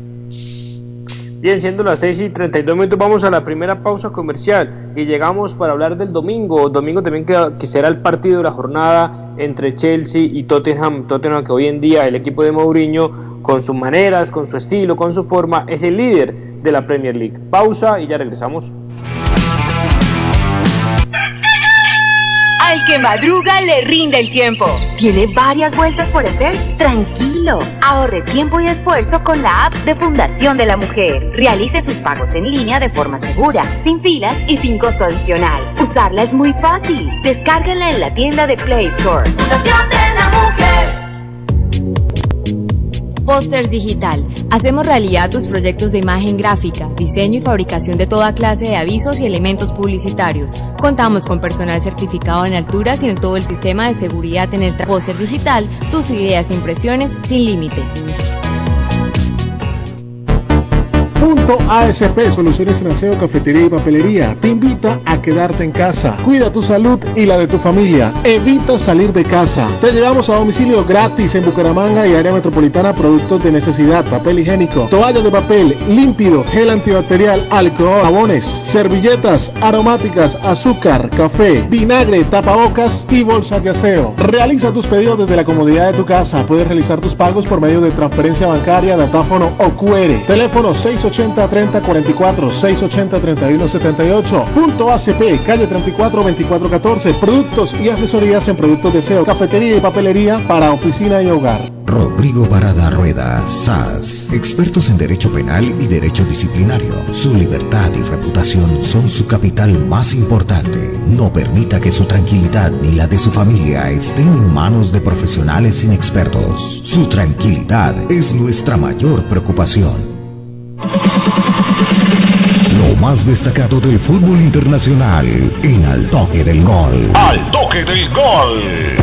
Bien, siendo las seis y treinta y dos minutos, vamos a la primera pausa comercial y llegamos para hablar del domingo. Domingo también que, que será el partido de la jornada entre Chelsea y Tottenham. Tottenham, que hoy en día el equipo de Mourinho, con sus maneras, con su estilo, con su forma, es el líder de la Premier League. Pausa y ya regresamos. Al que madruga le rinde el tiempo. ¿Tiene varias vueltas por hacer? Tranquilo, ahorre tiempo y esfuerzo con la app de Fundación de la Mujer. Realice sus pagos en línea de forma segura, sin filas y sin costo adicional. Usarla es muy fácil. Descárguenla en la tienda de Play Store. Fundación de la Mujer. Pósters Digital. Hacemos realidad tus proyectos de imagen gráfica, diseño y fabricación de toda clase de avisos y elementos publicitarios. Contamos con personal certificado en alturas y en todo el sistema de seguridad en el tra- Póster Digital, tus ideas e impresiones sin límite. Punto A S P, soluciones en aseo, cafetería y papelería, te invita a quedarte en casa. Cuida tu salud y la de tu familia. Evita salir de casa. Te llevamos a domicilio gratis en Bucaramanga y área metropolitana productos de necesidad, papel higiénico, toallas de papel, límpido, gel antibacterial, alcohol, jabones, servilletas, aromáticas, azúcar, café, vinagre, tapabocas y bolsas de aseo. Realiza tus pedidos desde la comodidad de tu casa. Puedes realizar tus pagos por medio de transferencia bancaria, datáfono o Q R. Teléfono seis ochenta, treinta cuarenta y cuatro, seis ochenta, treinta y uno setenta y ocho. Punto A C P, calle treinta y cuatro, veinticuatro catorce. Productos y asesorías en productos de aseo, cafetería y papelería para oficina y hogar. Rodrigo Barada Rueda, S A S, expertos en derecho penal y derecho disciplinario. Su libertad y reputación son su capital más importante. No permita que su tranquilidad ni la de su familia estén en manos de profesionales inexpertos. Su tranquilidad es nuestra mayor preocupación. Lo más destacado del fútbol internacional en Al Toque del Gol. Al Toque del Gol.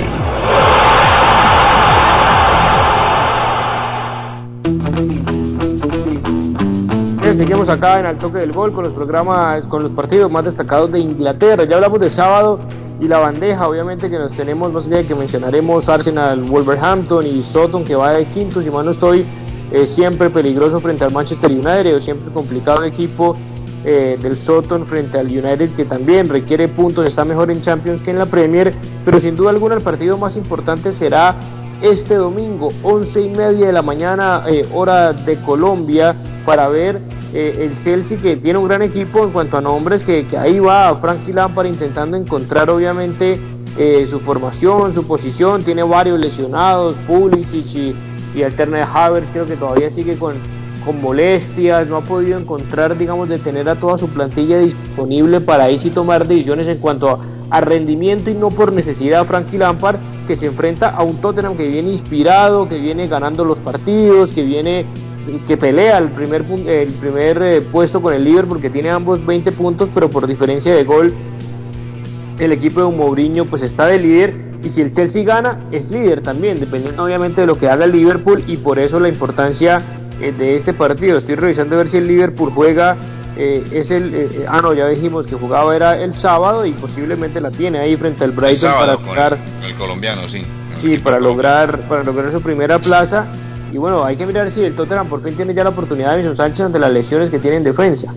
Seguimos acá en Al Toque del Gol con los programas, con los partidos más destacados de Inglaterra. Ya hablamos de sábado y la bandeja, obviamente que nos tenemos, más allá de que mencionaremos Arsenal, Wolverhampton y Southampton, que va de quinto, si mal no estoy, eh, siempre peligroso frente al Manchester United, o siempre complicado el equipo eh, del Southampton frente al United, que también requiere puntos, está mejor en Champions que en la Premier, pero sin duda alguna el partido más importante será este domingo, once y media de la mañana, eh, hora de Colombia, para ver eh, el Chelsea, que tiene un gran equipo en cuanto a nombres, que, que ahí va Frankie Lampard intentando encontrar obviamente eh, su formación, su posición, tiene varios lesionados, Pulisic y, y alterna de Havertz, creo que todavía sigue con, con molestias, no ha podido encontrar, digamos, de tener a toda su plantilla disponible para ahí sí tomar decisiones en cuanto a, a rendimiento y no por necesidad. Frankie Lampard, que se enfrenta a un Tottenham que viene inspirado, que viene ganando los partidos, que viene que pelea el primer, el primer eh, puesto con el Liverpool, porque tiene ambos veinte puntos, pero por diferencia de gol el equipo de Mourinho pues está de líder, y si el Chelsea gana es líder también, dependiendo obviamente de lo que haga el Liverpool, y por eso la importancia eh, de este partido. Estoy revisando a ver si el Liverpool juega, eh, es el eh, ah no, ya dijimos que jugaba era el sábado, y posiblemente la tiene ahí frente al Brighton sábado, para jugar el, el colombiano, sí, sí, para lograr, para lograr su primera plaza. Y bueno, hay que mirar si el Tottenham por fin tiene ya la oportunidad de Vinson Sánchez ante las lesiones que tiene en defensa.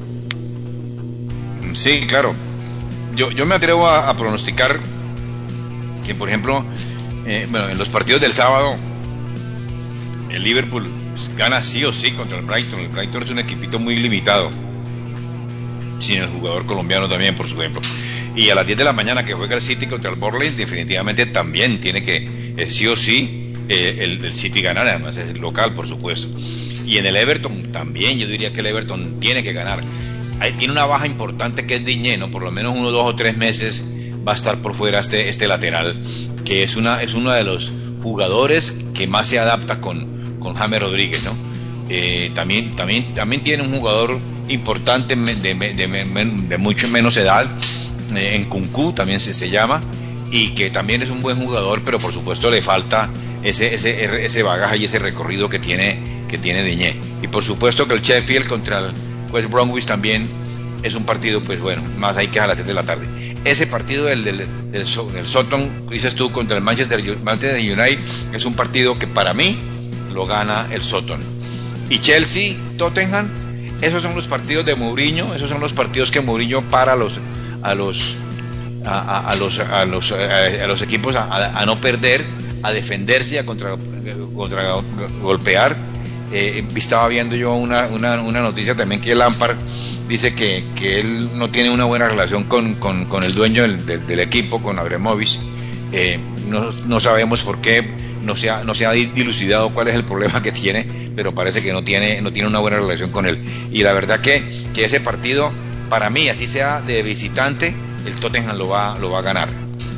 Sí, claro. Yo, yo me atrevo a, a pronosticar que, por ejemplo, eh, bueno, en los partidos del sábado, el Liverpool gana sí o sí contra el Brighton. El Brighton es un equipito muy limitado, sin el jugador colombiano también, por ejemplo. Y a las diez de la mañana que juega el City contra el Burnley, definitivamente también tiene que, eh, sí o sí, eh, el, el City ganar, además es el local, por supuesto. Y en el Everton también, yo diría que el Everton tiene que ganar. Ahí tiene una baja importante que es Diñé, ¿no? Por lo menos uno, dos o tres meses va a estar por fuera este, este lateral, que es una es uno de los jugadores que más se adapta con, con James Rodríguez, ¿no? Eh, también, también, también tiene un jugador importante de, de, de, de, de mucho menos edad, eh, en Kunku también se, se llama, y que también es un buen jugador, pero por supuesto le falta ese, ese, ese bagaje y ese recorrido que tiene, que tiene Diñé. Y por supuesto que el Sheffield contra el West Bromwich también es un partido, pues bueno, más ahí que a las tres de la tarde. Ese partido del, del, del, del Soton, dices tú, contra el Manchester, Manchester United, es un partido que para mí lo gana el Soton. Y Chelsea, Tottenham, esos son los partidos de Mourinho, esos son los partidos que Mourinho para a los a los a, a, a los a los a, a los equipos a, a no perder, a defenderse y a contra, contra golpear. Eh, estaba viendo yo una, una, una noticia también que Lampard dice que, que él no tiene una buena relación con, con, con el dueño del, del, del equipo, con Abramovich. Eh, no, no sabemos por qué, no se, ha, no se ha dilucidado cuál es el problema que tiene, pero parece que no tiene, no tiene una buena relación con él. Y la verdad que, que ese partido, para mí, así sea de visitante, el Tottenham lo va, lo va a ganar.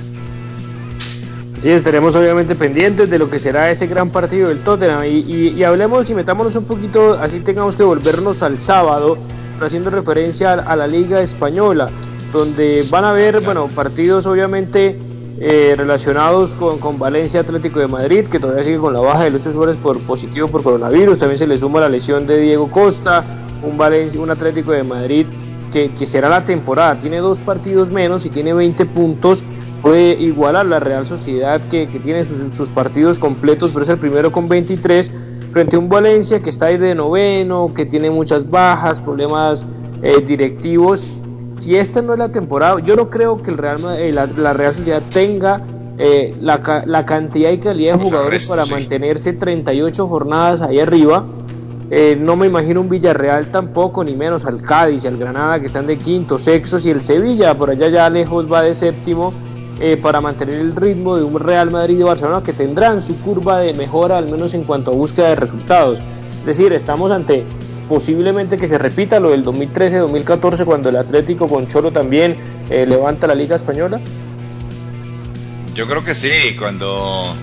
Sí, estaremos obviamente pendientes de lo que será ese gran partido del Tottenham, y, y, y hablemos y metámonos un poquito, así tengamos que volvernos al sábado, haciendo referencia a, a la Liga Española, donde van a haber, bueno, partidos obviamente eh, relacionados con, con Valencia Atlético de Madrid, que todavía sigue con la baja de Lucho Suárez por positivo por coronavirus. También se le suma la lesión de Diego Costa, un Valencia, un Atlético de Madrid que, que será la temporada, tiene dos partidos menos y tiene veinte puntos. Puede igualar la Real Sociedad, que, que tiene sus, sus partidos completos, pero es el primero con veintitrés, frente a un Valencia que está ahí de noveno, que tiene muchas bajas, problemas eh, directivos. Si esta no es la temporada, yo no creo que el Real, eh, la, la Real Sociedad tenga eh, la, la cantidad y calidad de jugadores para mantenerse treinta y ocho jornadas ahí arriba. Eh, no me imagino un Villarreal tampoco, ni menos al Cádiz y al Granada, que están de quinto, sextos, y el Sevilla por allá ya lejos va de séptimo. Eh, para mantener el ritmo de un Real Madrid y Barcelona, que tendrán su curva de mejora, al menos en cuanto a búsqueda de resultados. Es decir, estamos ante posiblemente que se repita lo del dos mil trece dos mil catorce, cuando el Atlético con Cholo también eh, levanta la Liga Española. Yo creo que sí, cuando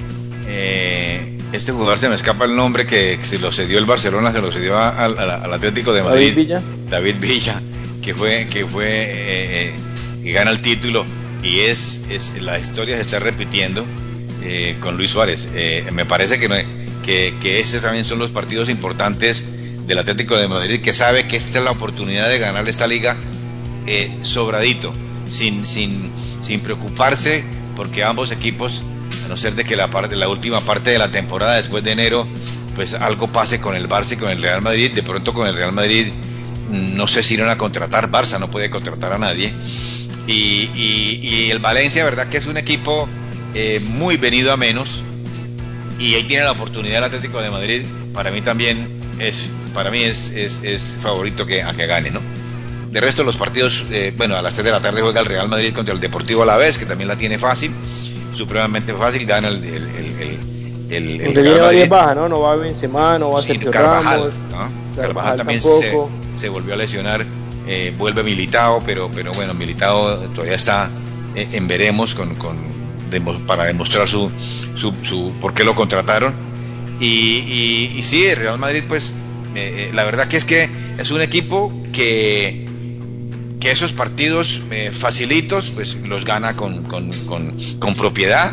eh, este jugador, se me escapa el nombre, que se lo cedió el Barcelona, se lo cedió al, al, al Atlético de Madrid, David Villa, David Villa, que fue que fue eh, que gana el título. Y es, es la historia se está repitiendo eh, con Luis Suárez. Eh, me parece que, que, que esos también son los partidos importantes del Atlético de Madrid, que sabe que esta es la oportunidad de ganar esta liga eh, sobradito, sin, sin, sin preocuparse, porque ambos equipos, a no ser de que la, parte, la última parte de la temporada, después de enero, pues algo pase con el Barça y con el Real Madrid. De pronto con el Real Madrid no sé si irán a contratar, Barça no puede contratar a nadie. Y, y, y el Valencia, verdad que es un equipo eh, muy venido a menos, y ahí tiene la oportunidad el Atlético de Madrid. Para mí también es, para mí es, es, es favorito que, a que gane, ¿no? De resto los partidos, eh, bueno, a las tres de la tarde juega el Real Madrid contra el Deportivo Alavés, que también la tiene fácil, supremamente fácil, gana el, el, el, el, el, el Real Madrid. Baja, ¿no? No va Benzema, no va sí, Sergio Carvajal, Ramos, ¿no? Carvajal, Carvajal también se, se volvió a lesionar. Eh, vuelve Militao, pero pero bueno, Militao todavía está eh, en veremos con, con demo, para demostrar su, su, su por qué lo contrataron. Y, y, y sí, el Real Madrid, pues, eh, la verdad que es que es un equipo que, que esos partidos eh, facilitos, pues los gana con, con, con, con propiedad.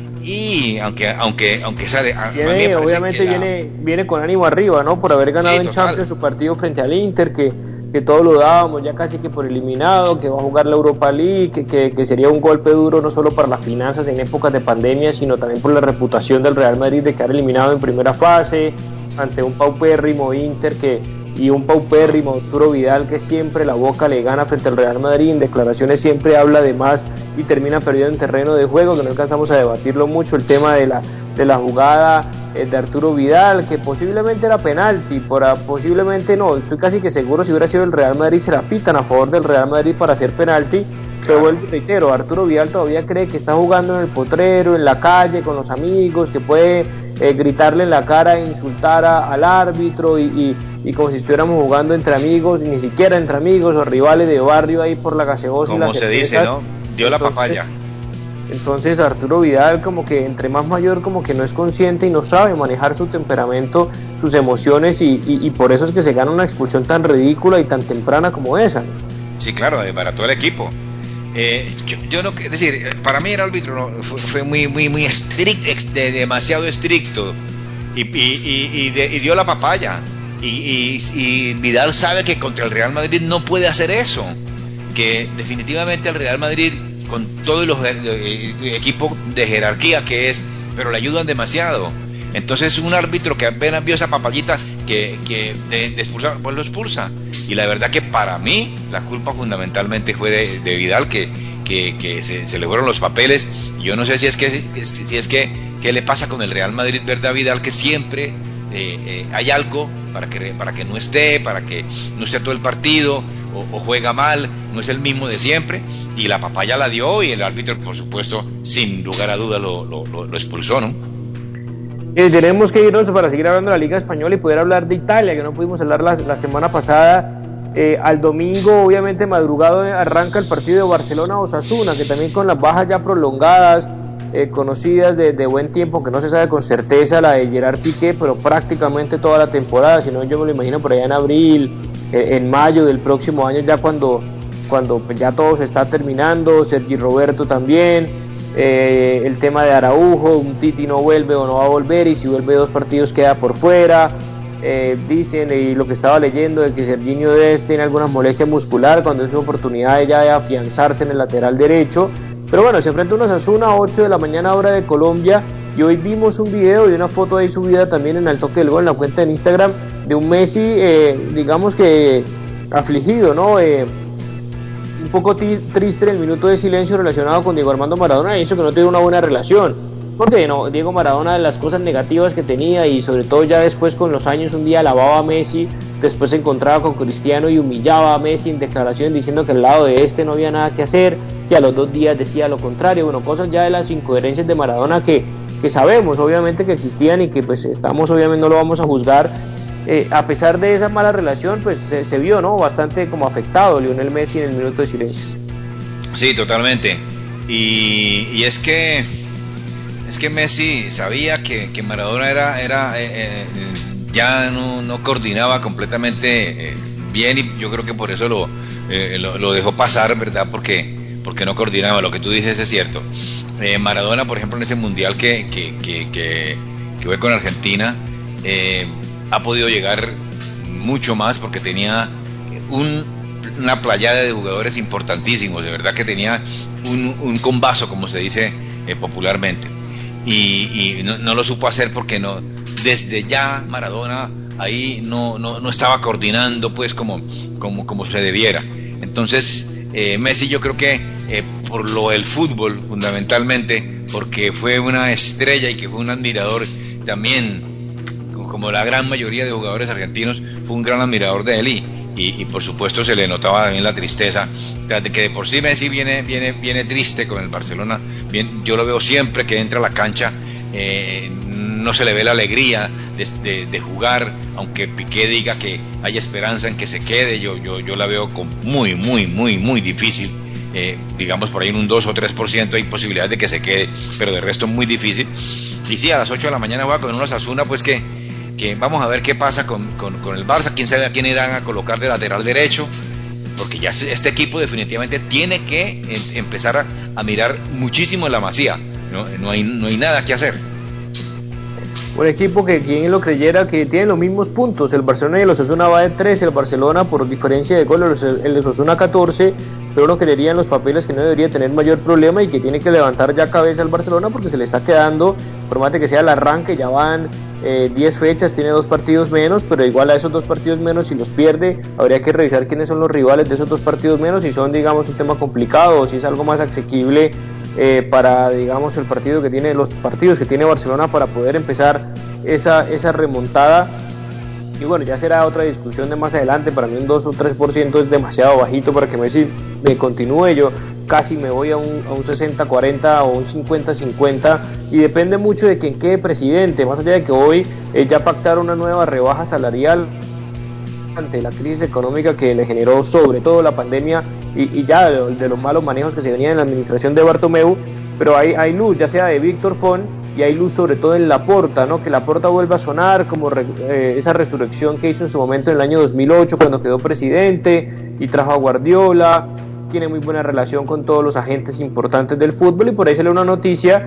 Y aunque aunque aunque sale a, viene, a mí me obviamente la... viene viene con ánimo arriba, ¿no? Por haber ganado sí, en Champions su partido frente al Inter, que, que todos lo dábamos ya casi que por eliminado, que va a jugar la Europa League, que, que, que sería un golpe duro no solo para las finanzas en épocas de pandemia, sino también por la reputación del Real Madrid de quedar eliminado en primera fase ante un paupérrimo Inter que y un paupérrimo Arturo Vidal que siempre la Boca le gana frente al Real Madrid, en declaraciones siempre habla de más y termina perdiendo en terreno de juego, que no alcanzamos a debatirlo mucho, el tema de la, de la jugada eh, de Arturo Vidal, que posiblemente era penalti, por, posiblemente no, estoy casi que seguro si hubiera sido el Real Madrid se la pitan a favor del Real Madrid para hacer penalti, pero vuelvo y reitero, Arturo Vidal todavía cree que está jugando en el potrero, en la calle, con los amigos, que puede eh, gritarle en la cara e insultar a, al árbitro y, y, y como si estuviéramos jugando entre amigos, ni siquiera entre amigos o rivales de barrio ahí por la gaseosa. Como se dice, ¿no? Dio la papaya. Entonces Arturo Vidal como que entre más mayor como que no es consciente y no sabe manejar su temperamento, sus emociones y, y, y por eso es que se gana una expulsión tan ridícula y tan temprana como esa. Sí, claro, para todo el equipo. Eh, yo, yo no, es decir, para mí el árbitro no, fue, fue muy muy muy estricto, de, demasiado estricto y, y, y, y, de, y dio la papaya y, y, y Vidal sabe que contra el Real Madrid no puede hacer eso, que definitivamente el Real Madrid con todos los eh, equipos de jerarquía que es, pero le ayudan demasiado. Entonces un árbitro que apenas vio esa papayita que, que de, de expulsar, pues lo expulsa. Y la verdad que para mí la culpa fundamentalmente fue de, de Vidal, que, que, que se, se le fueron los papeles. Yo no sé si es que si es que qué le pasa con el Real Madrid, ¿verdad, Vidal? Que siempre eh, eh, hay algo para que para que no esté, para que no esté todo el partido, o, o juega mal, no es el mismo de siempre. Y la papaya la dio y el árbitro, por supuesto, sin lugar a duda lo, lo, lo, lo expulsó, ¿no? Eh, tenemos que irnos para seguir hablando de la Liga Española y poder hablar de Italia, que no pudimos hablar la, la semana pasada. Eh, al domingo, obviamente madrugado, arranca el partido de Barcelona-Osasuna, que también con las bajas ya prolongadas, eh, conocidas de, de buen tiempo, que no se sabe con certeza, la de Gerard Piqué, pero prácticamente toda la temporada, si no yo me lo imagino por allá en abril, eh, en mayo del próximo año, ya cuando, cuando pues ya todo se está terminando, Sergi Roberto también. Eh, el tema de Araujo, un Titi no vuelve o no va a volver, y si vuelve dos partidos queda por fuera. Eh, dicen, y lo que estaba leyendo, de que Serginho Dest tiene algunas molestias muscular, cuando es su oportunidad ya de afianzarse en el lateral derecho. Pero bueno, se enfrenta unos Osasuna a ocho de la mañana hora de Colombia, y hoy vimos un video y una foto ahí subida también en Al Toque del Gol en la cuenta de Instagram de un Messi, eh, digamos que afligido, ¿no? Eh, un poco t- triste en el minuto de silencio relacionado con Diego Armando Maradona, y eso que no tiene una buena relación, porque no, Diego Maradona, de las cosas negativas que tenía, y sobre todo ya después con los años, un día alababa a Messi, después se encontraba con Cristiano y humillaba a Messi en declaraciones diciendo que al lado de este no había nada que hacer, que a los dos días decía lo contrario. Bueno, cosas ya de las incoherencias de Maradona que, que sabemos obviamente que existían y que pues estamos, obviamente no lo vamos a juzgar. Eh, a pesar de esa mala relación, pues se, se vio, ¿no?, bastante como afectado Lionel Messi en el minuto de silencio. Sí, totalmente. Y, y es que es que Messi sabía que, que Maradona era era eh, eh, ya no, no coordinaba completamente eh, bien, y yo creo que por eso lo, eh, lo, lo dejó pasar, ¿verdad? Porque porque no coordinaba. Lo que tú dices es cierto. Eh, Maradona, por ejemplo, en ese mundial que que que que, que fue con Argentina, eh, ha podido llegar mucho más porque tenía un, una playada de jugadores importantísimos, de verdad que tenía un, un combazo, como se dice eh, popularmente, y, y no, no lo supo hacer porque no, desde ya Maradona ahí no, no, no estaba coordinando pues como, como, como se debiera. Entonces eh, Messi, yo creo que eh, por lo del fútbol fundamentalmente, porque fue una estrella y que fue un admirador también, como la gran mayoría de jugadores argentinos, fue un gran admirador de él, y, y, y por supuesto se le notaba también la tristeza, de que de por sí Messi viene, viene, viene triste con el Barcelona. Bien, yo lo veo siempre que entra a la cancha, eh, no se le ve la alegría de, de, de jugar, aunque Piqué diga que hay esperanza en que se quede, yo, yo, yo la veo con muy, muy, muy, muy difícil. Eh, digamos por ahí en un dos o tres por ciento hay posibilidades de que se quede, pero de resto muy difícil. y sí, a las ocho de la mañana juega con un Osasuna, pues que, que vamos a ver qué pasa con, con, con el Barça, quién sabe a quién irán a colocar de lateral derecho, porque ya este equipo definitivamente tiene que en, empezar a, a mirar muchísimo en la Masía, no, no, hay, no hay nada que hacer. Un equipo que quien lo creyera que tiene los mismos puntos, el Barcelona y el Osasuna va de trece, el Barcelona por diferencia de gol, el Osasuna catorce, pero uno creería en los papeles que no debería tener mayor problema y que tiene que levantar ya cabeza al Barcelona porque se le está quedando, por más de que sea el arranque, ya van eh, diez fechas, tiene dos partidos menos, pero igual a esos dos partidos menos, si los pierde, habría que revisar quiénes son los rivales de esos dos partidos menos, si son, digamos, un tema complicado o si es algo más asequible eh, para, digamos, el partido que tiene, los partidos que tiene Barcelona para poder empezar esa, esa remontada. Y bueno, ya será otra discusión de más adelante. Para mí un dos o tres por ciento es demasiado bajito para que Messi me continúe. Yo casi me voy a un, a un sesenta cuarenta o un cincuenta cincuenta, y depende mucho de quien quede presidente, más allá de que hoy eh, ya pactaron una nueva rebaja salarial ante la crisis económica que le generó sobre todo la pandemia y, y ya de, de los malos manejos que se venían en la administración de Bartomeu, pero hay, hay luz, ya sea de Víctor Font, y hay luz sobre todo en Laporta, ¿no? Que Laporta vuelva a sonar como re, eh, esa resurrección que hizo en su momento en el año dos mil ocho cuando quedó presidente y trajo a Guardiola, tiene muy buena relación con todos los agentes importantes del fútbol, y por ahí sale una noticia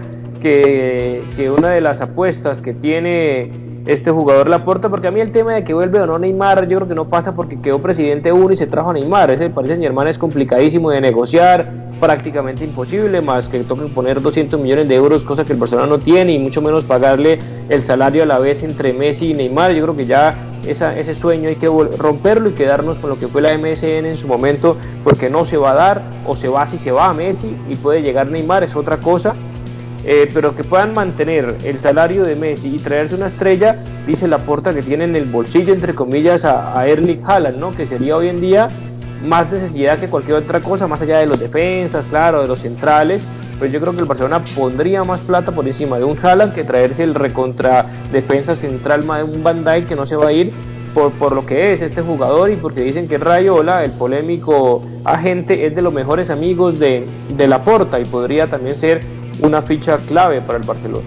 que, que una de las apuestas que tiene este jugador Laporta, porque a mí el tema de que vuelve o no Neymar, yo creo que no pasa porque quedó presidente uno y se trajo a Neymar. Ese Paris Saint-Germain es complicadísimo de negociar, prácticamente imposible, más que toque poner doscientos millones de euros, cosa que el Barcelona no tiene, y mucho menos pagarle el salario a la vez entre Messi y Neymar. Yo creo que ya esa, ese sueño hay que romperlo y quedarnos con lo que fue la M S N en su momento, porque no se va a dar, o se va si se va a Messi y puede llegar Neymar, es otra cosa. Eh, pero que puedan mantener el salario de Messi y traerse una estrella, dice Laporta que tiene en el bolsillo, entre comillas, a, a Erling Haaland, ¿no? Que sería hoy en día más necesidad que cualquier otra cosa, más allá de los defensas, claro, de los centrales. Pues yo creo que el Barcelona pondría más plata por encima de un Haaland que traerse el recontra defensa central, más de un Van Dijk que no se va a ir por, por lo que es este jugador, y porque dicen que Raiola, el polémico agente, es de los mejores amigos de, de Laporta y podría también ser una ficha clave para el Barcelona.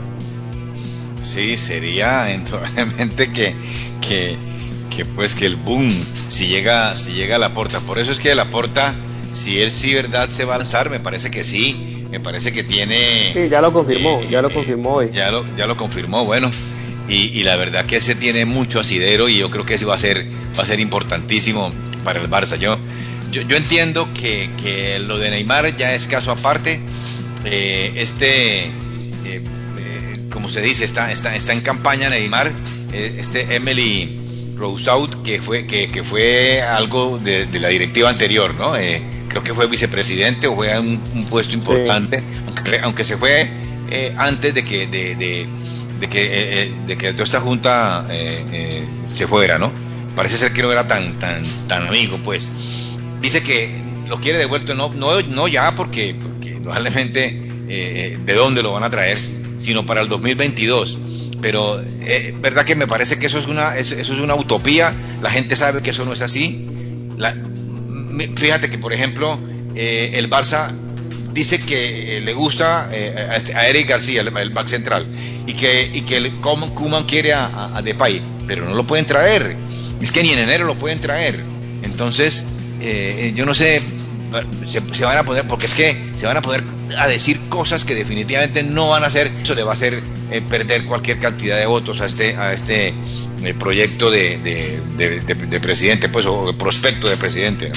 Sí, sería indudablemente que, que, que pues que el boom si llega, si llega a Laporta. Por eso es que Laporta, si él sí verdad se va a lanzar, me parece que sí, me parece que tiene. Sí, ya lo confirmó, eh, ya lo confirmó hoy. Ya lo, ya lo confirmó, bueno. Y, y la verdad que ese tiene mucho asidero, y yo creo que ese va a ser, va a ser importantísimo para el Barça. Yo, yo, yo entiendo que, que lo de Neymar ya es caso aparte. Eh, este, eh, eh, como se dice, está, está, está en campaña Neymar, eh, este Emily Rousseau, que fue, que, que fue algo de, de la directiva anterior, ¿no? Eh, creo que fue vicepresidente o fue un, un puesto importante, sí. aunque, aunque se fue eh, antes de que, de, de, de que, eh, de que toda esta junta eh, eh, se fuera, ¿no? Parece ser que no era tan, tan, tan amigo, pues. Dice que lo quiere devuelto, no, no, no ya porque probablemente eh, de dónde lo van a traer, sino para el dos mil veintidós. Pero eh, verdad que me parece que eso es una es, eso es una utopía. La gente sabe que eso no es así. La, fíjate que por ejemplo eh, el Barça dice que eh, le gusta eh, a, este, a Eric García, el, el back central, y que y que Koeman quiere a, a, a Depay, pero no lo pueden traer. Es que ni en enero lo pueden traer. Entonces eh, yo no sé. Se, se van a poner, porque es que se van a poner a decir cosas que definitivamente no van a hacer. Eso le va a hacer eh, perder cualquier cantidad de votos a este a este eh, proyecto de, de, de, de, de presidente, pues, o de prospecto de presidente,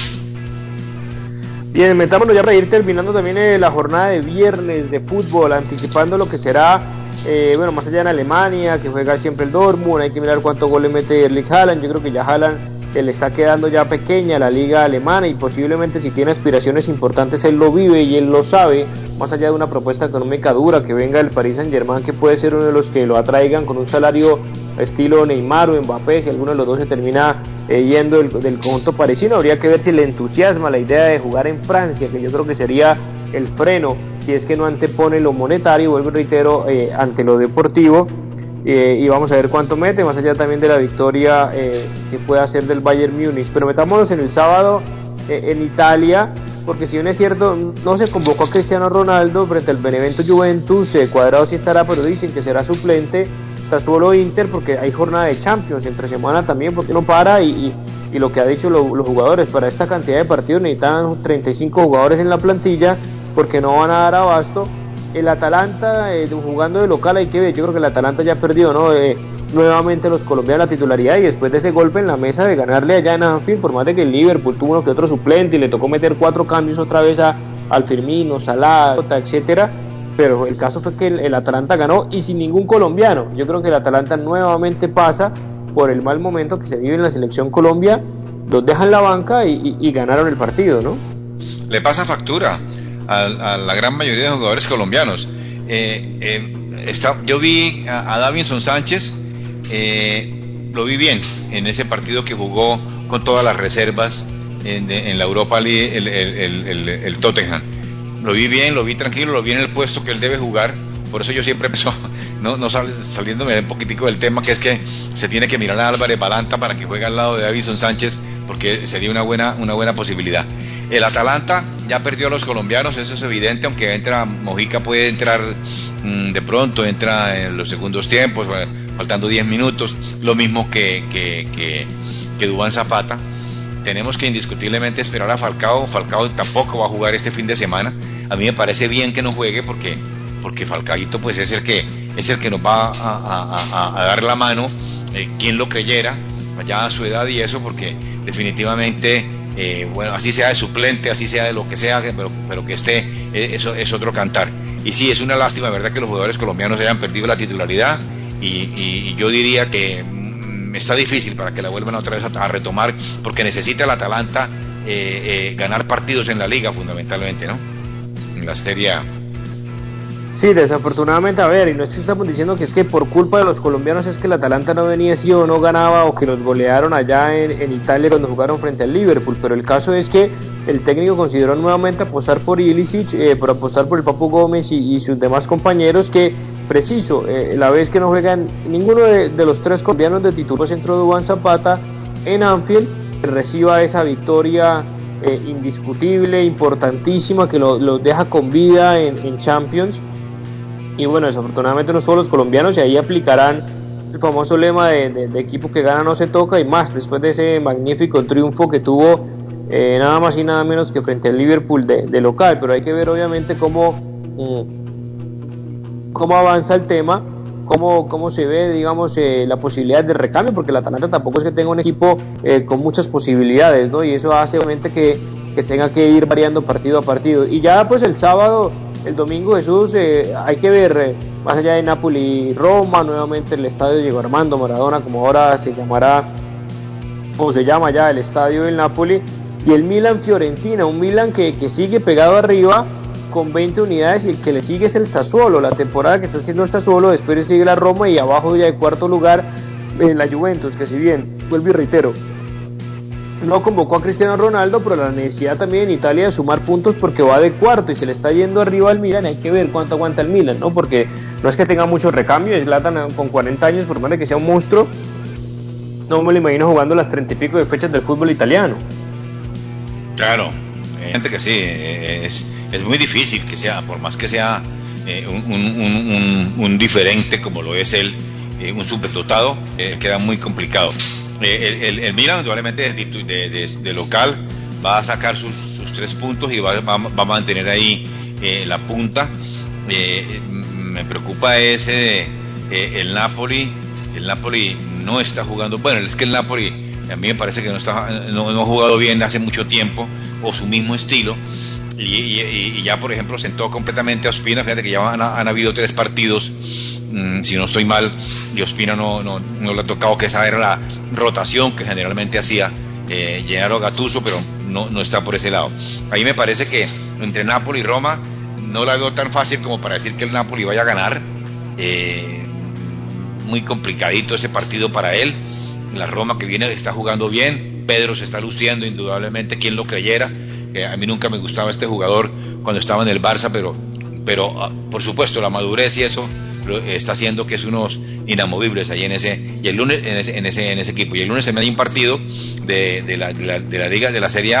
¿no? Bien, metámonos ya para ir terminando también eh, la jornada de viernes de fútbol, anticipando lo que será, eh, bueno, más allá en Alemania, que juega siempre el Dortmund. Hay que mirar cuántos goles mete Erling Haaland. Yo creo que ya Haaland que le está quedando ya pequeña la liga alemana, y posiblemente si tiene aspiraciones importantes él lo vive y él lo sabe, más allá de una propuesta económica dura que venga del Paris Saint-Germain, que puede ser uno de los que lo atraigan con un salario estilo Neymar o Mbappé. Si alguno de los dos se termina eh, yendo del, del conjunto parisino, habría que ver si le entusiasma la idea de jugar en Francia, que yo creo que sería el freno si es que no antepone lo monetario, vuelvo y reitero, eh, ante lo deportivo. Eh, y vamos a ver cuánto mete, más allá también de la victoria eh, que pueda hacer del Bayern Múnich. Pero metámonos en el sábado eh, en Italia, porque si bien es cierto, no se convocó a Cristiano Ronaldo frente al Benevento Juventus, eh, Cuadrado sí estará, pero dicen que será suplente. Sassuolo Inter, porque hay jornada de Champions entre semana también, porque no para, y, y, y lo que ha dicho lo, los jugadores, para esta cantidad de partidos necesitan treinta y cinco jugadores en la plantilla, porque no van a dar abasto. El Atalanta, eh, jugando de local, hay que ver, yo creo que el Atalanta ya perdió, ¿no? Eh, nuevamente los colombianos la titularidad, y después de ese golpe en la mesa de ganarle allá en Anfield, por más de que el Liverpool tuvo uno que otro suplente y le tocó meter cuatro cambios otra vez a, al Firmino, Salah, etcétera, pero el caso fue que el, el Atalanta ganó y sin ningún colombiano. Yo creo que el Atalanta nuevamente pasa por el mal momento que se vive en la selección Colombia, los dejan en la banca y, y, y ganaron el partido, ¿no? Le pasa factura a, a la gran mayoría de jugadores colombianos. Eh, eh, está, yo vi a, a Davinson Sánchez, eh, lo vi bien en ese partido que jugó con todas las reservas en, en la Europa League, el, el, el, el, el Tottenham. Lo vi bien, lo vi tranquilo, lo vi en el puesto que él debe jugar. Por eso yo siempre empezó, no, no sal, saliéndome un poquitico del tema, que es que se tiene que mirar a Álvarez Balanta para que juegue al lado de Davinson Sánchez, porque sería una buena, una buena posibilidad. El Atalanta ya perdió a los colombianos, eso es evidente, aunque entra Mojica, puede entrar mmm, de pronto, entra en los segundos tiempos, faltando diez minutos, lo mismo que, que, que, que Duván Zapata. Tenemos que indiscutiblemente esperar a Falcao. Falcao tampoco va a jugar este fin de semana. A mí me parece bien que no juegue porque, porque Falcaito pues es el que es el que nos va a, a, a, a dar la mano, eh, quien lo creyera, allá a su edad y eso, porque definitivamente, eh, bueno, así sea de suplente, así sea de lo que sea, pero, pero que esté, eh, eso es otro cantar. Y sí, es una lástima, verdad, que los jugadores colombianos hayan perdido la titularidad, y, y yo diría que está difícil para que la vuelvan otra vez a, a retomar, porque necesita el Atalanta eh, eh, ganar partidos en la liga, fundamentalmente, ¿no? En la Serie A. Sí, desafortunadamente, a ver, y no es que estamos diciendo que es que por culpa de los colombianos es que el Atalanta no venía así o no ganaba, o que los golearon allá en, en Italia cuando jugaron frente al Liverpool, pero el caso es que el técnico consideró nuevamente apostar por Ilicic, eh, por apostar por el Papu Gómez y, y sus demás compañeros, que preciso, eh, la vez que no juegan ninguno de, de los tres colombianos de titular, centro de Duván Zapata en Anfield, reciba esa victoria eh, indiscutible, importantísima, que los lo deja con vida en, en Champions. Y bueno, desafortunadamente no solo los colombianos, y ahí aplicarán el famoso lema de, de, de equipo que gana no se toca, y más después de ese magnífico triunfo que tuvo eh, nada más y nada menos que frente al Liverpool de, de local. Pero hay que ver obviamente cómo mm, cómo avanza el tema, cómo, cómo se ve, digamos, eh, la posibilidad de recambio, porque el Atalanta tampoco es que tenga un equipo eh, con muchas posibilidades, ¿no? Y eso hace obviamente que, que tenga que ir variando partido a partido. Y ya pues el sábado, el domingo, Jesús, eh, hay que ver, eh, más allá de Napoli y Roma, nuevamente el estadio Diego Armando Maradona, como ahora se llamará, o se llama ya el estadio del Napoli, y el Milan Fiorentina, un Milan que, que sigue pegado arriba con veinte unidades, y el que le sigue es el Sassuolo, la temporada que está haciendo el Sassuolo, después sigue la Roma, y abajo ya de cuarto lugar eh, la Juventus, que si bien, vuelvo y reitero, no convocó a Cristiano Ronaldo, pero la necesidad también en Italia de sumar puntos, porque va de cuarto y se le está yendo arriba al Milan. Hay que ver cuánto aguanta el Milan, ¿no? Porque no es que tenga mucho recambio. Zlatan con cuarenta años, por más de que sea un monstruo, no me lo imagino jugando las treinta y pico de fechas del fútbol italiano. Claro, hay gente que sí, es, es muy difícil que sea, por más que sea eh, un, un, un, un diferente como lo es él, eh, un superdotado, eh, queda muy complicado. El, el, el Milan, indudablemente de, de, de, de local, va a sacar sus, sus tres puntos y va, va, va a mantener ahí eh, la punta. Eh, me preocupa ese de, eh, el Napoli. El Napoli no está jugando, bueno, es que el Napoli a mí me parece que no, está, no, no ha jugado bien hace mucho tiempo, o su mismo estilo, y, y, y ya por ejemplo sentó completamente a Ospina. Fíjate que ya han, han habido tres partidos, mmm, si no estoy mal, y Ospina no, no, no le ha tocado, que esa era la rotación que generalmente hacía eh, Gennaro Gattuso, pero no, no está por ese lado. Ahí me parece que entre Napoli y Roma no la veo tan fácil como para decir que el Napoli vaya a ganar. Eh, muy complicadito ese partido para él. La Roma, que viene, está jugando bien. Pedro se está luciendo indudablemente, quien lo creyera. Eh, a mí nunca me gustaba este jugador cuando estaba en el Barça, pero, pero por supuesto la madurez y eso está haciendo que es unos inamovibles ahí en ese, y el lunes en ese, en ese, en ese equipo. Y el lunes se me da un partido de, de, la, de, la, de la Liga de la Serie A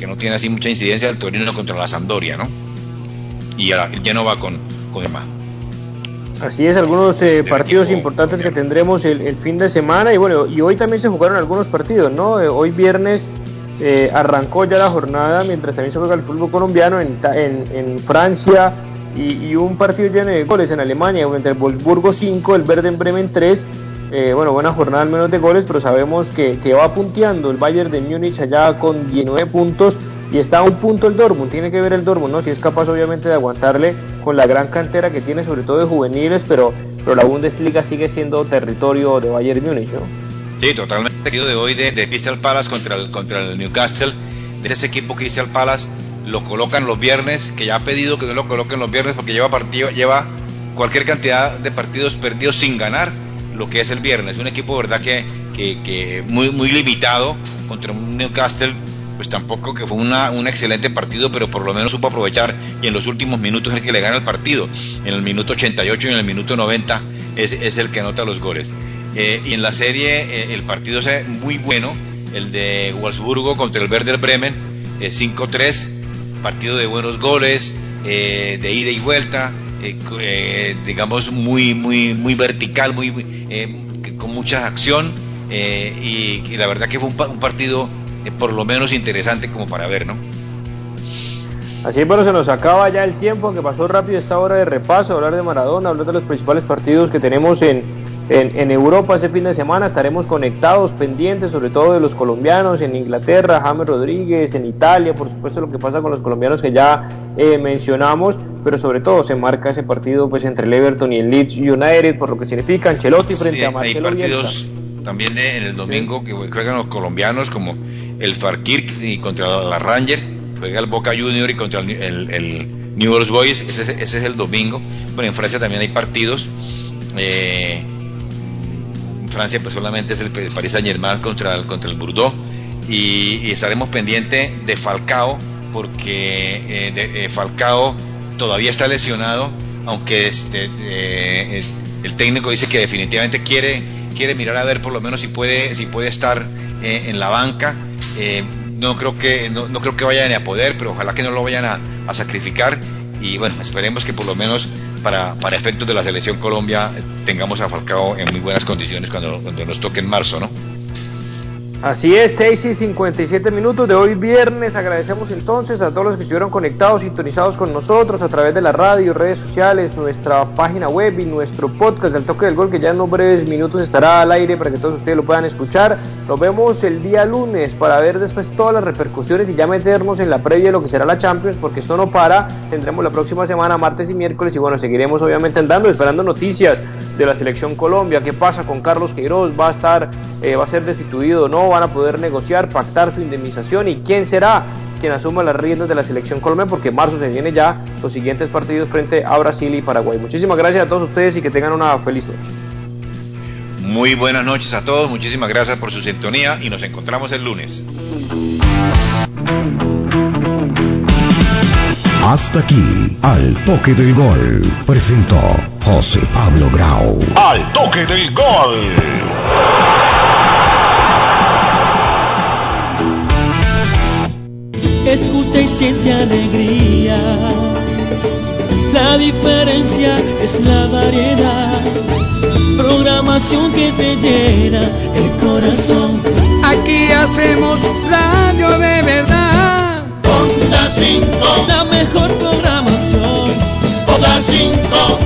que no tiene así mucha incidencia, el Torino contra la Sampdoria, ¿no? Y el Genoa con, con Emma. Así es, algunos eh, partidos equipo, importantes que tendremos el, el fin de semana, y bueno, y hoy también se jugaron algunos partidos, ¿no? Eh, hoy viernes eh, arrancó ya la jornada, mientras también se juega el fútbol colombiano en, en, en Francia, y, y un partido lleno de goles en Alemania, entre el Wolfsburgo cinco, el Werder Bremen tres. Eh, bueno, buena jornada al menos de goles, pero sabemos que, que va punteando el Bayern de Múnich allá con diecinueve puntos, y está a un punto el Dortmund. Tiene que ver el Dortmund, ¿no? Si es capaz obviamente de aguantarle con la gran cantera que tiene, sobre todo de juveniles, pero, pero la Bundesliga sigue siendo territorio de Bayern Múnich, ¿no? Sí, totalmente. El partido de hoy de, de Crystal Palace contra el, contra el Newcastle, de ese equipo Crystal Palace, lo colocan los viernes, que ya ha pedido que no lo coloquen los viernes porque lleva partido, lleva cualquier cantidad de partidos perdidos sin ganar, lo que es el viernes. Un equipo, verdad, que, que, que muy, muy limitado contra un Newcastle, pues tampoco que fue una, un excelente partido, pero por lo menos supo aprovechar, y en los últimos minutos es el que le gana el partido. En el minuto ochenta y ocho y en el minuto noventa es, es el que anota los goles. Eh, y en la serie eh, el partido es muy bueno, el de Wolfsburgo contra el Werder Bremen, eh, cinco tres, partido de buenos goles, eh, de ida y vuelta, eh, eh, digamos muy muy muy vertical, muy eh, con mucha acción, eh, y, y la verdad que fue un, un partido eh, por lo menos interesante como para ver, ¿no? Así es, bueno, se nos acaba ya el tiempo, que pasó rápido esta hora de repaso, hablar de Maradona, hablar de los principales partidos que tenemos en, en, en Europa este fin de semana. Estaremos conectados, pendientes, sobre todo de los colombianos en Inglaterra, James Rodríguez, en Italia, por supuesto lo que pasa con los colombianos que ya eh, mencionamos, pero sobre todo se marca ese partido pues entre el Everton y el Leeds United, por lo que significa Ancelotti frente sí, a Marcelo hay partidos Bielsa. También de, en el domingo sí, que juegan los colombianos, como el Falkirk y contra la Ranger, juega el Boca Junior y contra el, el, el Newell's Boys, ese, ese es el domingo. Bueno, en Francia también hay partidos. Eh, en Francia pues solamente es el Paris Saint-Germain contra el, contra el Bordeaux, y, y estaremos pendientes de Falcao, porque eh, de, eh, Falcao todavía está lesionado, aunque este, eh, el técnico dice que definitivamente quiere, quiere mirar a ver por lo menos si puede, si puede estar eh, en la banca. Eh, no creo que no, no creo que vayan a poder, pero ojalá que no lo vayan a, a sacrificar, y bueno, esperemos que por lo menos para, para efectos de la selección Colombia tengamos a Falcao en muy buenas condiciones cuando, cuando nos toque en marzo, ¿no? Así es, seis y cincuenta y siete minutos de hoy viernes. Agradecemos entonces a todos los que estuvieron conectados, sintonizados con nosotros a través de la radio, redes sociales, nuestra página web y nuestro podcast del Toque del Gol, que ya en unos breves minutos estará al aire para que todos ustedes lo puedan escuchar. Nos vemos el día lunes para ver después todas las repercusiones y ya meternos en la previa de lo que será la Champions, porque esto no para. Tendremos la próxima semana, martes y miércoles, y bueno, seguiremos obviamente andando, esperando noticias de la selección Colombia. ¿Qué pasa con Carlos Queiroz? ¿Va a estar, eh, va a ser destituido o no? ¿Van a poder negociar, pactar su indemnización? ¿Y quién será quien asuma las riendas de la selección Colombia? Porque en marzo se vienen ya los siguientes partidos frente a Brasil y Paraguay. Muchísimas gracias a todos ustedes y que tengan una feliz noche. Muy buenas noches a todos, muchísimas gracias por su sintonía y nos encontramos el lunes. Hasta aquí, Al Toque del Gol, presentó José Pablo Grau. Al Toque del Gol. Escucha y siente alegría. La diferencia es la variedad. Programación que te llena el corazón. Aquí hacemos radio de verdad. Onda cinco, la mejor programación. Onda cinco.